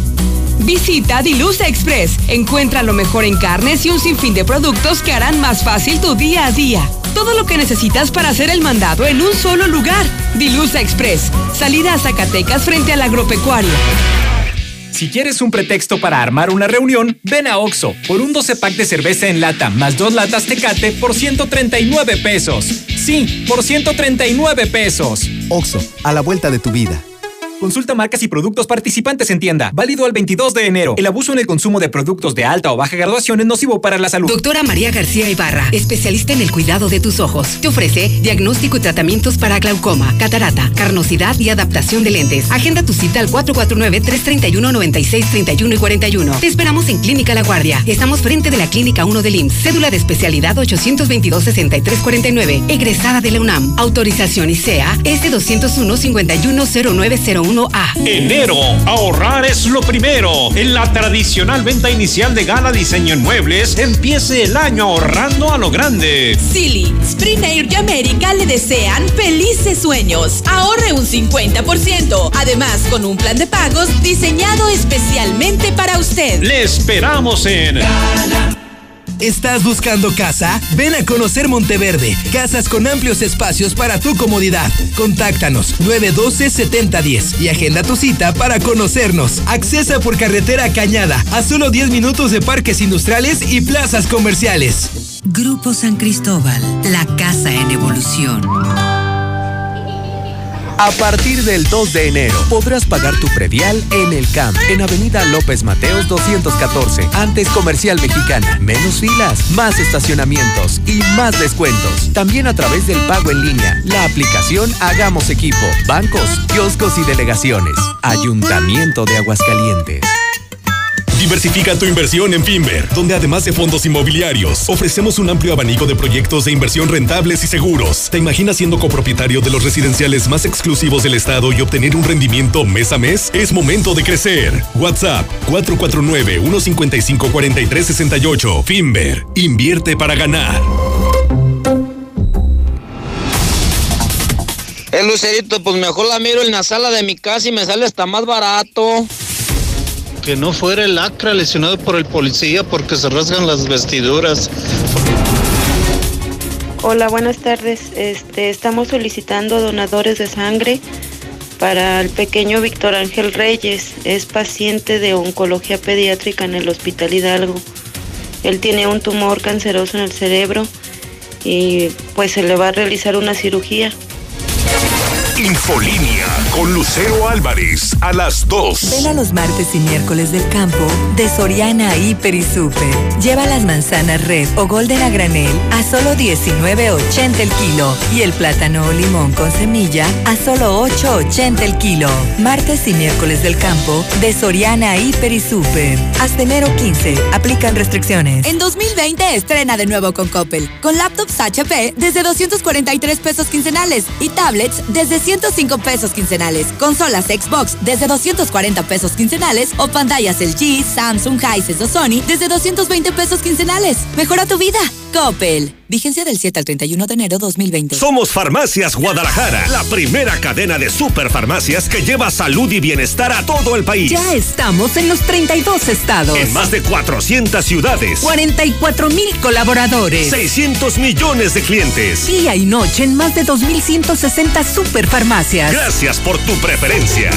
Visita Dilusa Express. Encuentra lo mejor en carnes y un sinfín de productos que harán más fácil tu día a día. Todo lo que necesitas para hacer el mandado en un solo lugar. Dilusa Express. Salida a Zacatecas frente al agropecuario. Si quieres un pretexto para armar una reunión, ven a Oxxo por un doce pack de cerveza en lata más dos latas Tecate por ciento treinta y nueve pesos. Sí, por ciento treinta y nueve pesos. Oxxo, a la vuelta de tu vida. Consulta marcas y productos participantes en tienda. Válido al veintidós de enero. El abuso en el consumo de productos de alta o baja graduación es nocivo para la salud. Doctora María García Ibarra, especialista en el cuidado de tus ojos. Te ofrece diagnóstico y tratamientos para glaucoma, catarata, carnosidad y adaptación de lentes. Agenda tu cita al cuatro cuatro nueve, tres tres uno, nueve seis, treinta y uno y cuarenta y uno. Te esperamos en Clínica La Guardia. Estamos frente de la Clínica uno del I M S S. Cédula de especialidad ochocientos veintidós, sesenta y tres cuarenta y nueve. Egresada de la UNAM. Autorización I C E A S doscientos uno, cincuenta y uno, cero nueve cero uno A. Enero, ahorrar es lo primero. En la tradicional venta inicial de Gala Diseño en Muebles, empiece el año ahorrando a lo grande. Silly, Spring Air y América le desean felices sueños. Ahorre un cincuenta por ciento. Además, con un plan de pagos diseñado especialmente para usted. Le esperamos en Gala. ¿Estás buscando casa? Ven a conocer Monteverde. Casas con amplios espacios para tu comodidad. Contáctanos nueve uno dos, siete cero uno cero y agenda tu cita para conocernos. Accesa por carretera Cañada a solo diez minutos de parques industriales y plazas comerciales. Grupo San Cristóbal, la casa en evolución. A partir del dos de enero podrás pagar tu predial en el C A M, en Avenida López Mateos doscientos catorce, antes Comercial Mexicana. Menos filas, más estacionamientos y más descuentos. También a través del pago en línea, la aplicación Hagamos Equipo, bancos, kioscos y delegaciones. Ayuntamiento de Aguascalientes. Diversifica tu inversión en Finver, donde además de fondos inmobiliarios, ofrecemos un amplio abanico de proyectos de inversión rentables y seguros. ¿Te imaginas siendo copropietario de los residenciales más exclusivos del estado y obtener un rendimiento mes a mes? Es momento de crecer. WhatsApp cuatro cuatro nueve, uno cinco cinco, cuatro tres seis ocho. Finver, invierte para ganar. El Lucerito, pues mejor la miro en la sala de mi casa y me sale hasta más barato. Que no fuera el Acra lesionado por el policía porque se rasgan las vestiduras. Hola, buenas tardes. Este, estamos solicitando donadores de sangre para el pequeño Víctor Ángel Reyes. Es paciente de oncología pediátrica en el Hospital Hidalgo. Él tiene un tumor canceroso en el cerebro y pues se le va a realizar una cirugía. Infolínea con Lucero Álvarez a las dos. Ven a los martes y miércoles del campo de Soriana Hiper y Super. Lleva las manzanas Red o Golden a granel a solo diecinueve ochenta el kilo y el plátano o limón con semilla a solo ocho ochenta el kilo. Martes y miércoles del campo de Soriana Hiper y Super. Hasta enero quince. Aplican restricciones. En dos mil veinte estrena de nuevo con Coppel. Con laptops H P desde doscientos cuarenta y tres pesos quincenales y tablets desde ciento cinco pesos quincenales, consolas Xbox desde doscientos cuarenta pesos quincenales o pantallas L G, Samsung, Hisense o Sony desde doscientos veinte pesos quincenales. Mejora tu vida. Coppel. Vigencia del siete al treinta y uno de enero dos mil veinte. Somos Farmacias Guadalajara, la primera cadena de superfarmacias que lleva salud y bienestar a todo el país. Ya estamos en los treinta y dos estados. En más de cuatrocientas ciudades. cuarenta y cuatro mil colaboradores. seiscientos millones de clientes. Día y noche en más de dos mil ciento sesenta superfarmacias. Gracias por tu preferencia.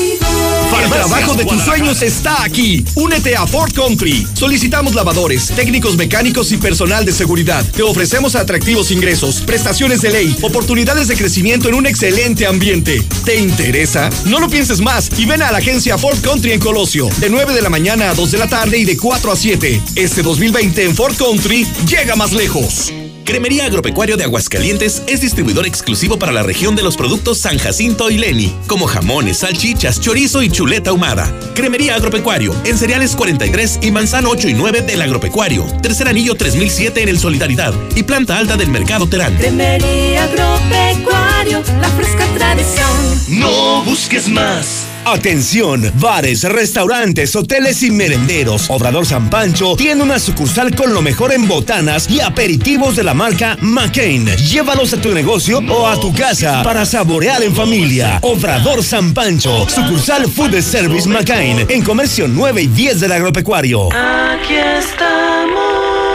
El trabajo de tus sueños está aquí. Únete a Ford Country. Solicitamos lavadores, técnicos mecánicos y personal de seguridad. Te ofrecemos atractivos ingresos, prestaciones de ley, oportunidades de crecimiento en un excelente ambiente. ¿Te interesa? No lo pienses más y ven a la agencia Ford Country en Colosio, de nueve de la mañana a dos de la tarde y de cuatro a siete. Este dos mil veinte en Ford Country llega más lejos. Cremería Agropecuario de Aguascalientes es distribuidor exclusivo para la región de los productos San Jacinto y Leni, como jamones, salchichas, chorizo y chuleta ahumada. Cremería Agropecuario, en Cereales cuarenta y tres y Manzano ocho y nueve del Agropecuario. Tercer anillo tres mil siete en el Solidaridad y planta alta del Mercado Terán. Cremería Agropecuario, la fresca tradición. No busques más. Atención, bares, restaurantes, hoteles y merenderos. Obrador San Pancho tiene una sucursal con lo mejor en botanas y aperitivos de la marca McCain. Llévalos a tu negocio o a tu casa para saborear en familia. Obrador San Pancho, sucursal Food Service McCain, en Comercio nueve y diez del Agropecuario. Aquí estamos.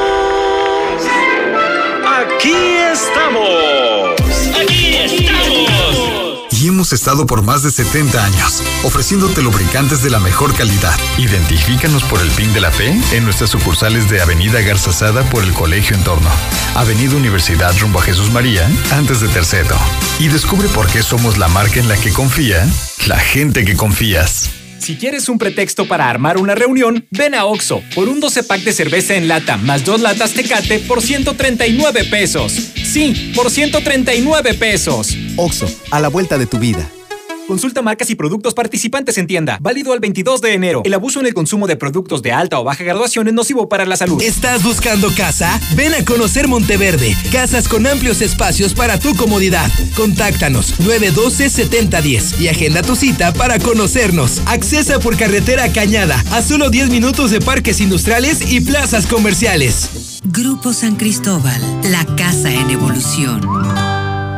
Aquí estamos. Aquí estamos. Y hemos estado por más de setenta años, ofreciéndote lubricantes de la mejor calidad. Identifícanos por el P I N de la Fe en nuestras sucursales de Avenida Garzazada por el Colegio Entorno, Avenida Universidad rumbo a Jesús María, antes de Terceto. Y descubre por qué somos la marca en la que confía la gente que confías. Si quieres un pretexto para armar una reunión, ven a Oxxo por un doce pack de cerveza en lata más dos latas Tecate por ciento treinta y nueve pesos. Sí, por ciento treinta y nueve pesos. Oxxo, a la vuelta de tu vida. Consulta marcas y productos participantes en tienda. Válido al veintidós de enero. El abuso en el consumo de productos de alta o baja graduación es nocivo para la salud. ¿Estás buscando casa? Ven a conocer Monteverde. Casas con amplios espacios para tu comodidad. Contáctanos nueve uno dos, siete cero uno cero y agenda tu cita para conocernos. Accesa por carretera Cañada a solo diez minutos de parques industriales y plazas comerciales. Grupo San Cristóbal, la casa en evolución.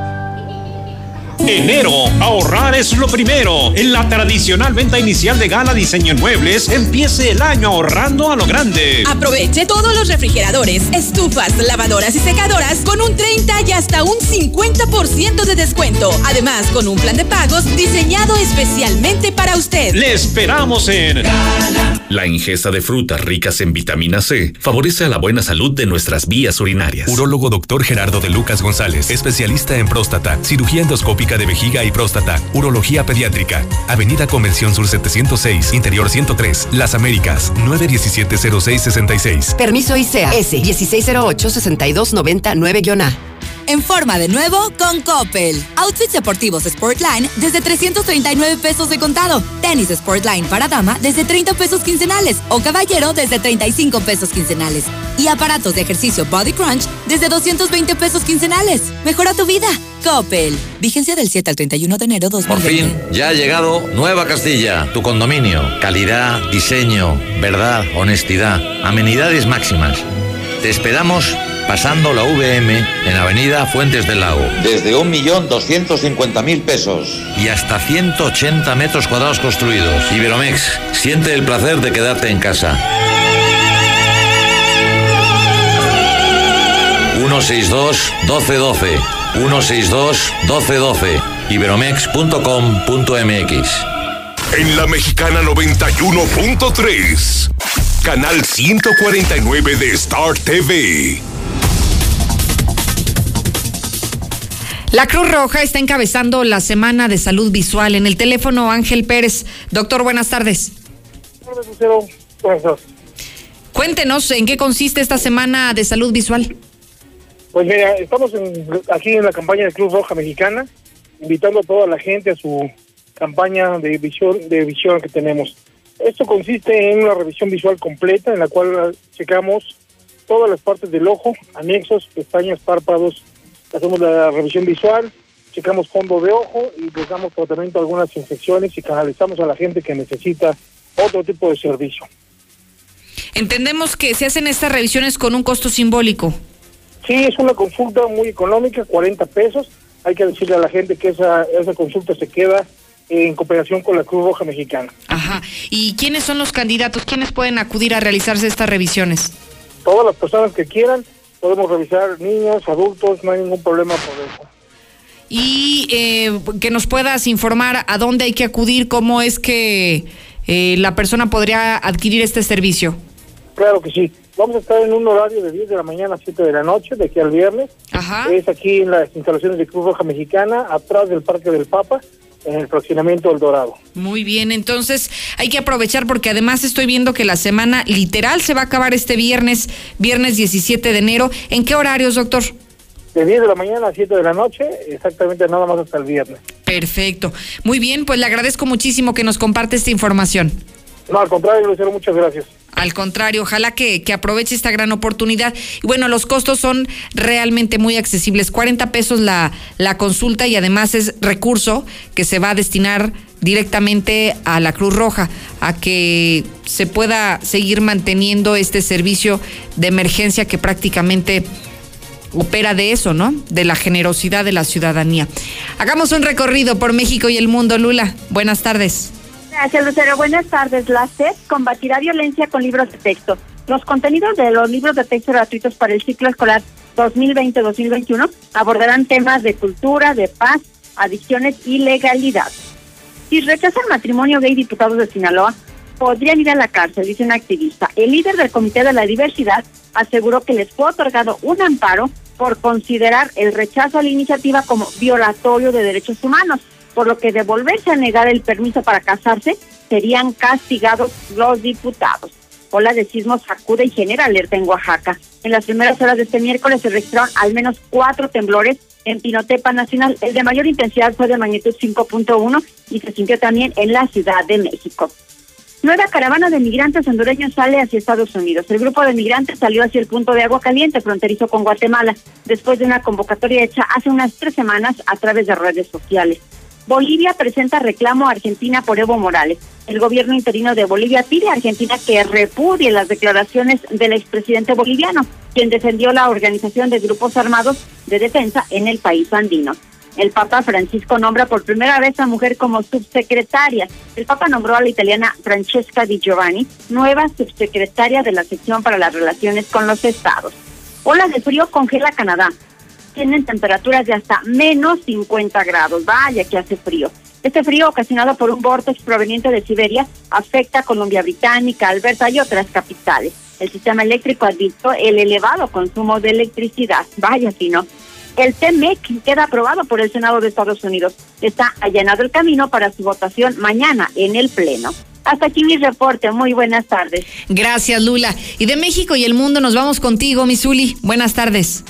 Enero, ahorrar es lo primero. En la tradicional venta inicial de Gala Diseño en Muebles, empiece el año ahorrando a lo grande. Aproveche todos los refrigeradores, estufas, lavadoras y secadoras con un treinta y hasta un cincuenta por ciento de descuento. Además, con un plan de pagos diseñado especialmente para usted. Le esperamos en Gala. La ingesta de frutas ricas en vitamina C favorece a la buena salud de nuestras vías urinarias. Urólogo doctor Gerardo de Lucas González, especialista en próstata, cirugía endoscópica de vejiga y próstata, urología pediátrica. Avenida Convención Sur setecientos seis, Interior ciento tres, Las Américas, nueve diecisiete cero seis sesenta y seis. Permiso I C E A S dieciséis cero ocho, sesenta y dos noventa nueve A. en forma de nuevo con Coppel. Outfits deportivos Sportline desde trescientos treinta y nueve pesos de contado. Tenis Sportline para dama desde treinta pesos quincenales o caballero desde treinta y cinco pesos quincenales. Y aparatos de ejercicio Body Crunch desde doscientos veinte pesos quincenales. Mejora tu vida. Coppel. Vigencia del siete al treinta y uno de enero de dos mil veinte. Por fin, ya ha llegado Nueva Castilla, tu condominio. Calidad, diseño, verdad, honestidad, amenidades máximas. Te esperamos pasando la V M en Avenida Fuentes del Lago. Desde un millón doscientos cincuenta mil pesos. Y hasta ciento ochenta metros cuadrados construidos. Iberomex, siente el placer de quedarte en casa. uno seis dos, doce doce. uno seis dos, doce doce. iberomex punto com punto m x. En la Mexicana noventa y uno punto tres. Canal ciento cuarenta y nueve de Star T V. La Cruz Roja está encabezando la Semana de Salud Visual. En el teléfono, Ángel Pérez. Doctor, buenas tardes. Buenas tardes, Lucero. Buenas tardes. Cuéntenos, ¿en qué consiste esta Semana de Salud Visual? Pues mira, estamos en, aquí en la campaña de Cruz Roja Mexicana, invitando a toda la gente a su campaña de visión, de visión que tenemos. Esto consiste en una revisión visual completa, en la cual checamos todas las partes del ojo, anexos, pestañas, párpados. Hacemos la revisión visual, checamos fondo de ojo y les damos tratamiento a algunas infecciones y canalizamos a la gente que necesita otro tipo de servicio. Entendemos que se hacen estas revisiones con un costo simbólico. Sí, es una consulta muy económica, cuarenta pesos. Hay que decirle a la gente que esa, esa consulta se queda en cooperación con la Cruz Roja Mexicana. Ajá. ¿Y quiénes son los candidatos? ¿Quiénes pueden acudir a realizarse estas revisiones? Todas las personas que quieran. Podemos revisar niños, adultos, no hay ningún problema por eso. Y eh, que nos puedas informar a dónde hay que acudir, cómo es que eh, la persona podría adquirir este servicio. Claro que sí. Vamos a estar en un horario de diez de la mañana a siete de la noche, de aquí al viernes. Ajá. Es aquí en las instalaciones de Cruz Roja Mexicana, atrás del Parque del Papa, en el fraccionamiento El Dorado. Muy bien, entonces hay que aprovechar porque además estoy viendo que la semana literal se va a acabar este viernes, viernes diecisiete de enero. ¿En qué horarios, doctor? De diez de la mañana a siete de la noche, exactamente nada más hasta el viernes. Perfecto. Muy bien, pues le agradezco muchísimo que nos comparte esta información. No, al contrario, Lucero, muchas gracias. Al contrario, ojalá que, que aproveche esta gran oportunidad. Y bueno, los costos son realmente muy accesibles. cuarenta pesos la, la consulta y además es recurso que se va a destinar directamente a la Cruz Roja, a que se pueda seguir manteniendo este servicio de emergencia que prácticamente opera de eso, ¿no? De la generosidad de la ciudadanía. Hagamos un recorrido por México y el mundo, Lula. Buenas tardes. Gracias, Lucero. Buenas tardes. La S E P combatirá violencia con libros de texto. Los contenidos de los libros de texto gratuitos para el ciclo escolar dos mil veinte dos mil veintiuno abordarán temas de cultura, de paz, adicciones y legalidad. Si rechazan matrimonio gay, diputados de Sinaloa podrían ir a la cárcel, dice un activista. El líder del Comité de la Diversidad aseguró que les fue otorgado un amparo por considerar el rechazo a la iniciativa como violatorio de derechos humanos, por lo que de volverse a negar el permiso para casarse, serían castigados los diputados. Ola de sismos sacude y genera alerta en Oaxaca. En las primeras horas de este miércoles se registraron al menos cuatro temblores en Pinotepa Nacional. El de mayor intensidad fue de magnitud cinco punto uno y se sintió también en la Ciudad de México. Nueva caravana de migrantes hondureños sale hacia Estados Unidos. El grupo de migrantes salió hacia el punto de Agua Caliente, fronterizo con Guatemala, después de una convocatoria hecha hace unas tres semanas a través de redes sociales. Bolivia presenta reclamo a Argentina por Evo Morales. El gobierno interino de Bolivia pide a Argentina que repudie las declaraciones del expresidente boliviano, quien defendió la organización de grupos armados de defensa en el país andino. El Papa Francisco nombra por primera vez a mujer como subsecretaria. El Papa nombró a la italiana Francesca Di Giovanni, nueva subsecretaria de la sección para las relaciones con los estados. Ola de frío congela Canadá. Tienen temperaturas de hasta menos cincuenta grados. Vaya que hace frío. Este frío, ocasionado por un vórtex proveniente de Siberia, afecta a Columbia Británica, Alberta y otras capitales. El sistema eléctrico advirtió el elevado consumo de electricidad. Vaya si no. El T M E C queda aprobado por el Senado de Estados Unidos. Está allanado el camino para su votación mañana en el Pleno. Hasta aquí mi reporte. Muy buenas tardes. Gracias, Lula. Y de México y el mundo nos vamos contigo, Misuli. Buenas tardes.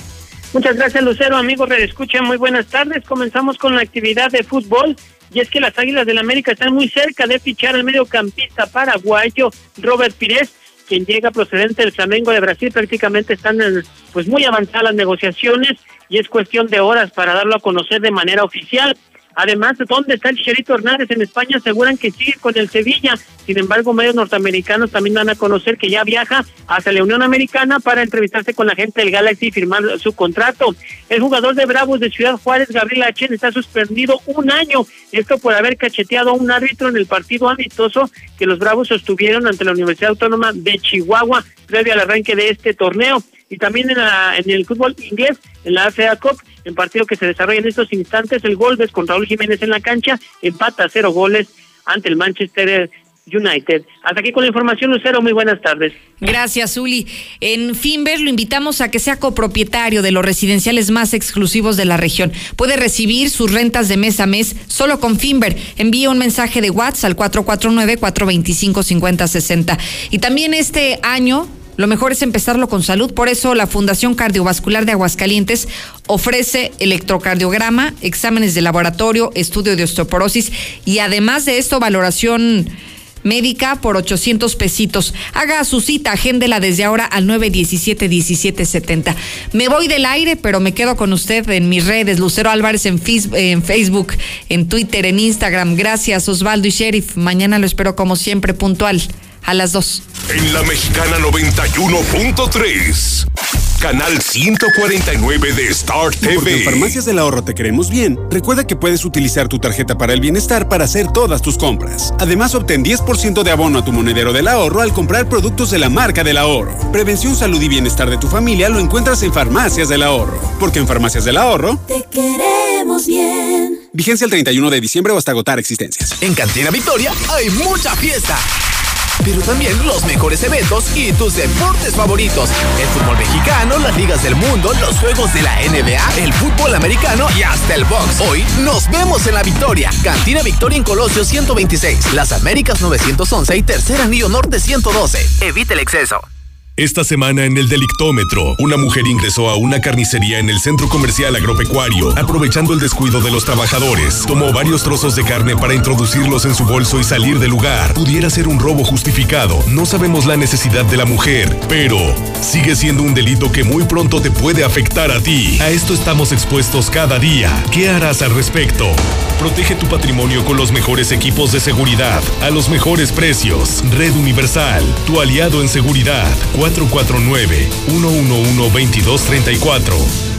Muchas gracias, Lucero. Amigos, redescucha, muy buenas tardes. Comenzamos con la actividad de fútbol, y es que las Águilas del América están muy cerca de fichar al mediocampista paraguayo Robert Pires, quien llega procedente del Flamengo de Brasil. Prácticamente están en, pues muy avanzadas las negociaciones, y es cuestión de horas para darlo a conocer de manera oficial. Además, ¿dónde está el Chicharito Hernández? En España aseguran que sigue con el Sevilla. Sin embargo, medios norteamericanos también dan a conocer que ya viaja hacia la Unión Americana para entrevistarse con la gente del Galaxy y firmar su contrato. El jugador de Bravos de Ciudad Juárez, Gabriel Achen, está suspendido un año. Esto por haber cacheteado a un árbitro en el partido amistoso que los Bravos sostuvieron ante la Universidad Autónoma de Chihuahua previo al arranque de este torneo. Y también en, la, en el fútbol inglés, en la F A Cup, en partido que se desarrolla en estos instantes, el Wolves con Raúl Jiménez en la cancha empata a cero goles ante el Manchester United. Hasta aquí con la información, Lucero, muy buenas tardes. Gracias, Uli. En Finver lo invitamos a que sea copropietario de los residenciales más exclusivos de la región. Puede recibir sus rentas de mes a mes solo con Finver. Envíe un mensaje de WhatsApp al cuatro cuatro nueve, cuatro dos cinco, cinco cero seis cero. Y también este año lo mejor es empezarlo con salud. Por eso la Fundación Cardiovascular de Aguascalientes ofrece electrocardiograma, exámenes de laboratorio, estudio de osteoporosis y además de esto valoración médica por ochocientos pesitos. Haga su cita, agéndela desde ahora al nueve diecisiete, diecisiete setenta. Me voy del aire, pero me quedo con usted en mis redes. Lucero Álvarez en, en Facebook, en Twitter, en Instagram. Gracias, Osvaldo y Sheriff. Mañana lo espero como siempre puntual a las dos. En la Mexicana noventa y uno punto tres, canal ciento cuarenta y nueve de Star T V. Porque en Farmacias del Ahorro te queremos bien, recuerda que puedes utilizar tu tarjeta para el bienestar para hacer todas tus compras. Además, obtén diez por ciento de abono a tu monedero del ahorro al comprar productos de la marca del ahorro. Prevención, salud y bienestar de tu familia lo encuentras en Farmacias del Ahorro. Porque en Farmacias del Ahorro te queremos bien. Vigencia el treinta y uno de diciembre o hasta agotar existencias. En Cantina Victoria hay mucha fiesta, pero también los mejores eventos y tus deportes favoritos. El fútbol mexicano, las ligas del mundo, los juegos de la N B A, el fútbol americano y hasta el box. Hoy nos vemos en la Victoria. Cantina Victoria en Colosio ciento veintiséis, Las Américas novecientos once y Tercer Anillo Norte ciento doce. Evita el exceso. Esta semana en el Delictómetro, una mujer ingresó a una carnicería en el centro comercial agropecuario, aprovechando el descuido de los trabajadores. Tomó varios trozos de carne para introducirlos en su bolso y salir del lugar. Pudiera ser un robo justificado, no sabemos la necesidad de la mujer, pero sigue siendo un delito que muy pronto te puede afectar a ti. A esto estamos expuestos cada día. ¿Qué harás al respecto? Protege tu patrimonio con los mejores equipos de seguridad, a los mejores precios. Red Universal, tu aliado en seguridad. cuatro cuatro nueve, uno uno uno, dos dos tres cuatro.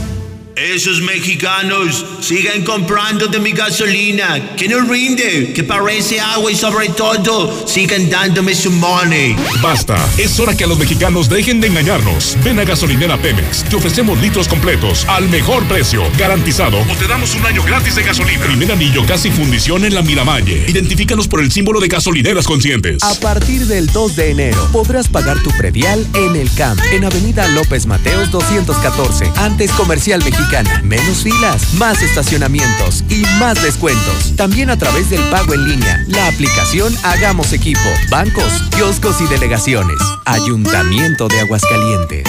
Esos mexicanos siguen comprando de mi gasolina, que no rinde, que parece agua y sobre todo siguen dándome su money. Basta, es hora que a los mexicanos dejen de engañarnos. Ven a Gasolinera Pemex, te ofrecemos litros completos al mejor precio, garantizado, o te damos un año gratis de gasolina. Primer anillo casi fundición en la Miravalle. Identifícanos por el símbolo de Gasolineras Conscientes. A partir del dos de enero podrás pagar tu predial en el C A M, en Avenida López Mateos doscientos catorce, antes Comercial Mexicana. Menos filas, más estacionamientos y más descuentos. También a través del pago en línea, la aplicación Hagamos Equipo, bancos, kioscos y delegaciones. Ayuntamiento de Aguascalientes.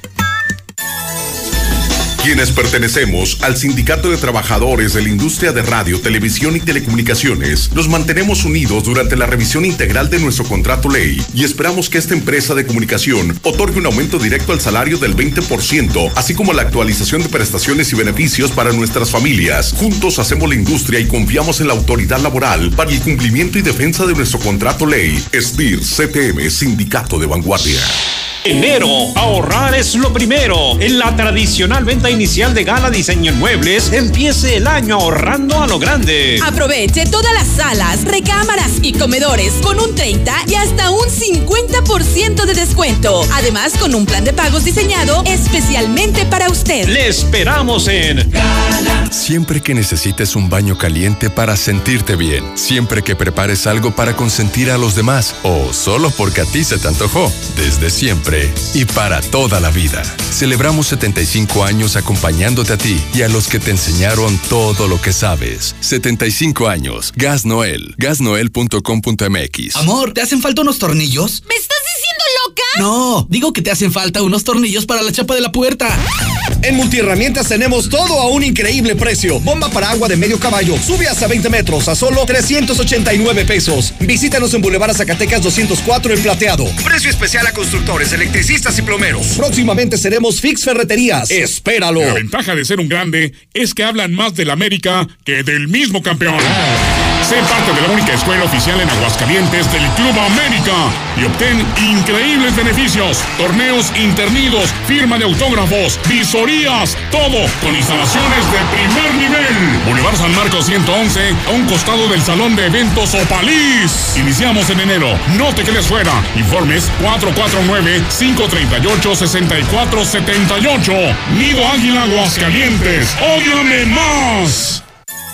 Quienes pertenecemos al Sindicato de Trabajadores de la Industria de Radio, Televisión y Telecomunicaciones, nos mantenemos unidos durante la revisión integral de nuestro contrato ley y esperamos que esta empresa de comunicación otorgue un aumento directo al salario del veinte por ciento, así como la actualización de prestaciones y beneficios para nuestras familias. Juntos hacemos la industria y confiamos en la autoridad laboral para el cumplimiento y defensa de nuestro contrato ley. S D I R C T M, Sindicato de Vanguardia. Enero, ahorrar es lo primero. En la tradicional venta inicial de Gala Diseño en Muebles, empiece el año ahorrando a lo grande. Aproveche todas las salas, recámaras y comedores con un treinta y hasta un cincuenta por ciento de descuento. Además, con un plan de pagos diseñado especialmente para usted. Le esperamos en Gala. Siempre que necesites un baño caliente para sentirte bien, siempre que prepares algo para consentir a los demás o solo porque a ti se te antojó, desde siempre y para toda la vida. Celebramos setenta y cinco años acompañándote a ti y a los que te enseñaron todo lo que sabes. setenta y cinco años. Gas Noel. gas noel punto com punto m x. Amor, ¿te hacen falta unos tornillos? ¿Me estás diciendo boca? No, digo que te hacen falta unos tornillos para la chapa de la puerta. En Multiherramientas tenemos todo a un increíble precio. Bomba para agua de medio caballo, sube hasta veinte metros a solo trescientos ochenta y nueve pesos. Visítanos en Boulevard Zacatecas doscientos cuatro en Plateado. Precio especial a constructores, electricistas y plomeros. Próximamente seremos Fix Ferreterías. Espéralo. La ventaja de ser un grande es que hablan más del América que del mismo campeón. Sé parte de la única escuela oficial en Aguascalientes del Club América y obtén increíbles beneficios, torneos internidos, firma de autógrafos, visorías, todo con instalaciones de primer nivel. Boulevard San Marcos ciento once, a un costado del Salón de Eventos Opalís. Iniciamos en enero, no te quedes fuera. Informes cuatro cuatro nueve, cinco tres ocho, seis cuatro siete ocho. Nido Águila Aguascalientes, ¡ódiame más!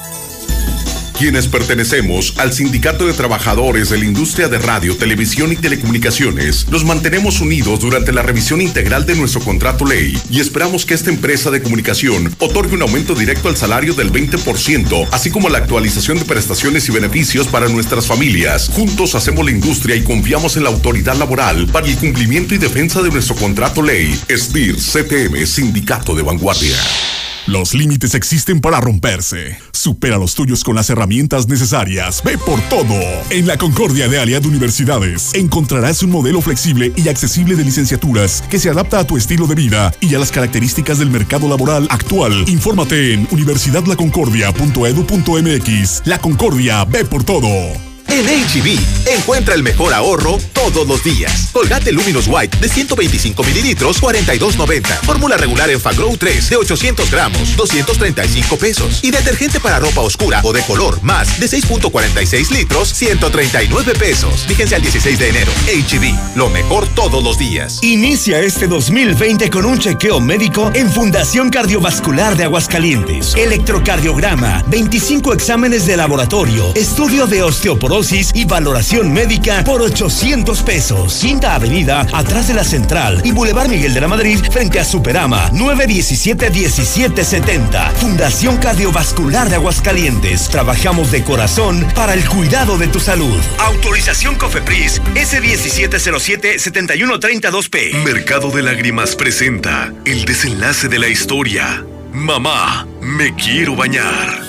Quienes pertenecemos al Sindicato de Trabajadores de la Industria de Radio, Televisión y Telecomunicaciones, nos mantenemos unidos durante la revisión integral de nuestro contrato ley y esperamos que esta empresa de comunicación otorgue un aumento directo al salario del veinte por ciento, así como la actualización de prestaciones y beneficios para nuestras familias. Juntos hacemos la industria y confiamos en la autoridad laboral para el cumplimiento y defensa de nuestro contrato ley. S D I R C T M, Sindicato de Vanguardia. Los límites existen para romperse. Supera los tuyos con las herramientas necesarias. Ve por todo. En la Concordia de Aliad Universidades encontrarás un modelo flexible y accesible de licenciaturas que se adapta a tu estilo de vida y a las características del mercado laboral actual. Infórmate en universidad la concordia punto edu punto m x. La Concordia, ve por todo. En H E B, encuentra el mejor ahorro todos los días. Colgate Luminous White de ciento veinticinco mililitros, cuarenta y dos noventa. Fórmula regular en Fagrow tres de ochocientos gramos, doscientos treinta y cinco pesos. Y detergente para ropa oscura o de color más de seis punto cuarenta y seis litros, ciento treinta y nueve pesos. Fíjense al dieciséis de enero. H E B, lo mejor todos los días. Inicia este dos mil veinte con un chequeo médico en Fundación Cardiovascular de Aguascalientes. Electrocardiograma, veinticinco exámenes de laboratorio, estudio de osteoporosis y valoración médica por ochocientos pesos. Quinta Avenida, atrás de la Central y Boulevard Miguel de la Madrid, frente a Superama, nueve diecisiete diecisiete setenta. Fundación Cardiovascular de Aguascalientes. Trabajamos de corazón para el cuidado de tu salud. Autorización COFEPRIS S diecisiete cero siete, setenta y uno treinta y dos P. Mercado de Lágrimas presenta el desenlace de la historia. Mamá, me quiero bañar.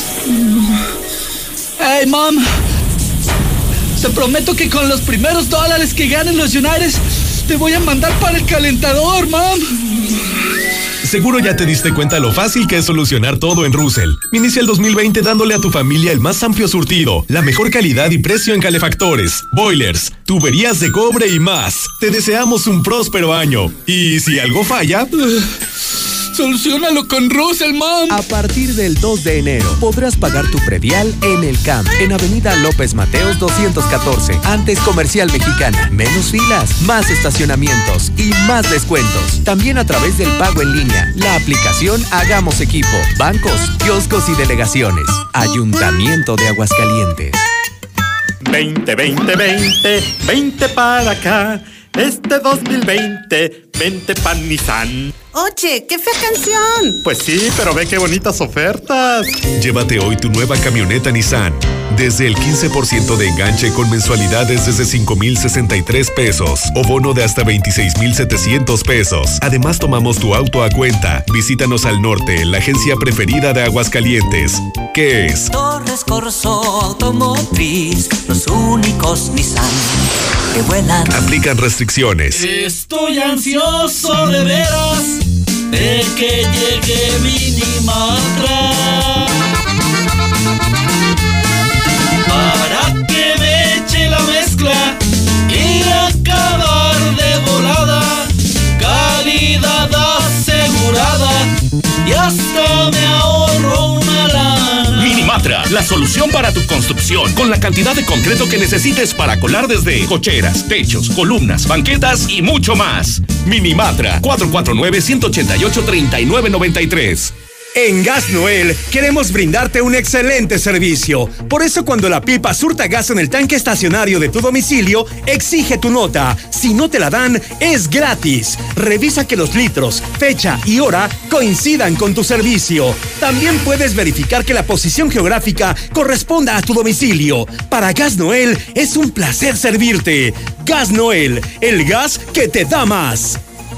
Hey, mom. Te prometo que con los primeros dólares que ganen los United te voy a mandar para el calentador, mom. Seguro ya te diste cuenta lo fácil que es solucionar todo en Russell. Inicia el dos mil veinte dándole a tu familia el más amplio surtido, la mejor calidad y precio en calefactores, boilers, tuberías de cobre y más. Te deseamos un próspero año. Y si algo falla... ¡Soluciónalo con Russell, mom! A partir del dos de enero podrás pagar tu predial en el C A M, en Avenida López Mateos doscientos catorce, antes Comercial Mexicana. Menos filas, más estacionamientos y más descuentos. También a través del pago en línea, la aplicación Hagamos Equipo, bancos, kioscos y delegaciones. Ayuntamiento de Aguascalientes. veinte, veinte, veinte, veinte para acá. Este dos mil veinte, vente pa' Nissan. Oye, qué fea canción. Pues sí, pero ve qué bonitas ofertas. Llévate hoy tu nueva camioneta Nissan. Desde el quince por ciento de enganche con mensualidades desde cinco mil sesenta y tres pesos o bono de hasta veintiséis mil setecientos pesos. Además, tomamos tu auto a cuenta. Visítanos al norte en la agencia preferida de Aguascalientes. ¿Qué es? Torres Corso Automotriz, los únicos Nissan que vuelan. Aplican restricciones. Estoy ansioso de veras de que llegue Minimatra para que me eche la mezcla y acabar de volada. Calidad asegurada y hasta me ahorro una lana. Minimatra, la solución para tu construcción, con la cantidad de concreto que necesites para colar desde cocheras, techos, columnas, banquetas y mucho más. Minimatra, cuatro cuatro nueve, uno ocho ocho, tres nueve nueve tres. En Gas Noel queremos brindarte un excelente servicio. Por eso cuando la pipa surta gas en el tanque estacionario de tu domicilio, exige tu nota. Si no te la dan, es gratis. Revisa que los litros, fecha y hora coincidan con tu servicio. También puedes verificar que la posición geográfica corresponda a tu domicilio. Para Gas Noel es un placer servirte. Gas Noel, el gas que te da más.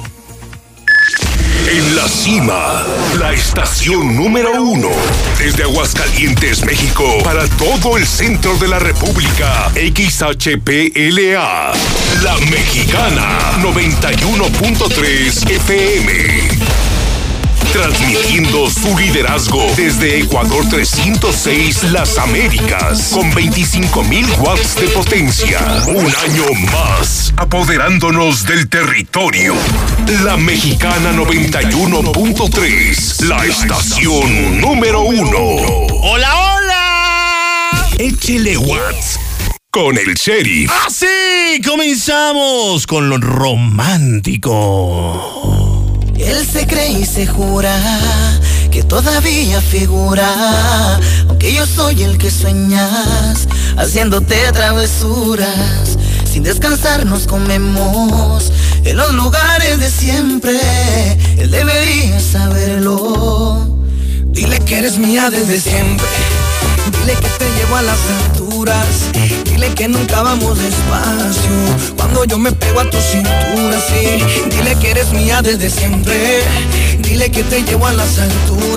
En la cima, la estación número uno. Desde Aguascalientes, México, para todo el centro de la República. X H P L A. La Mexicana, noventa y uno punto tres F M. Transmitiendo su liderazgo desde Ecuador trescientos seis Las Américas, con veinticinco mil watts de potencia. Un año más, apoderándonos del territorio. La Mexicana noventa y uno punto tres, la estación número uno. ¡Hola, hola! Échele watts con el sheriff. ¡Así comenzamos con lo romántico! Él se cree y se jura que todavía figura, aunque yo soy el que sueñas, haciéndote travesuras. Sin descansar nos comemos en los lugares de siempre. Él debería saberlo. Dile que eres mía desde siempre. Dile que te llevo a las alturas. Dile que nunca vamos despacio cuando yo me pego a tu cintura, sí. Dile que eres mía desde siempre. Dile que te llevo a las alturas.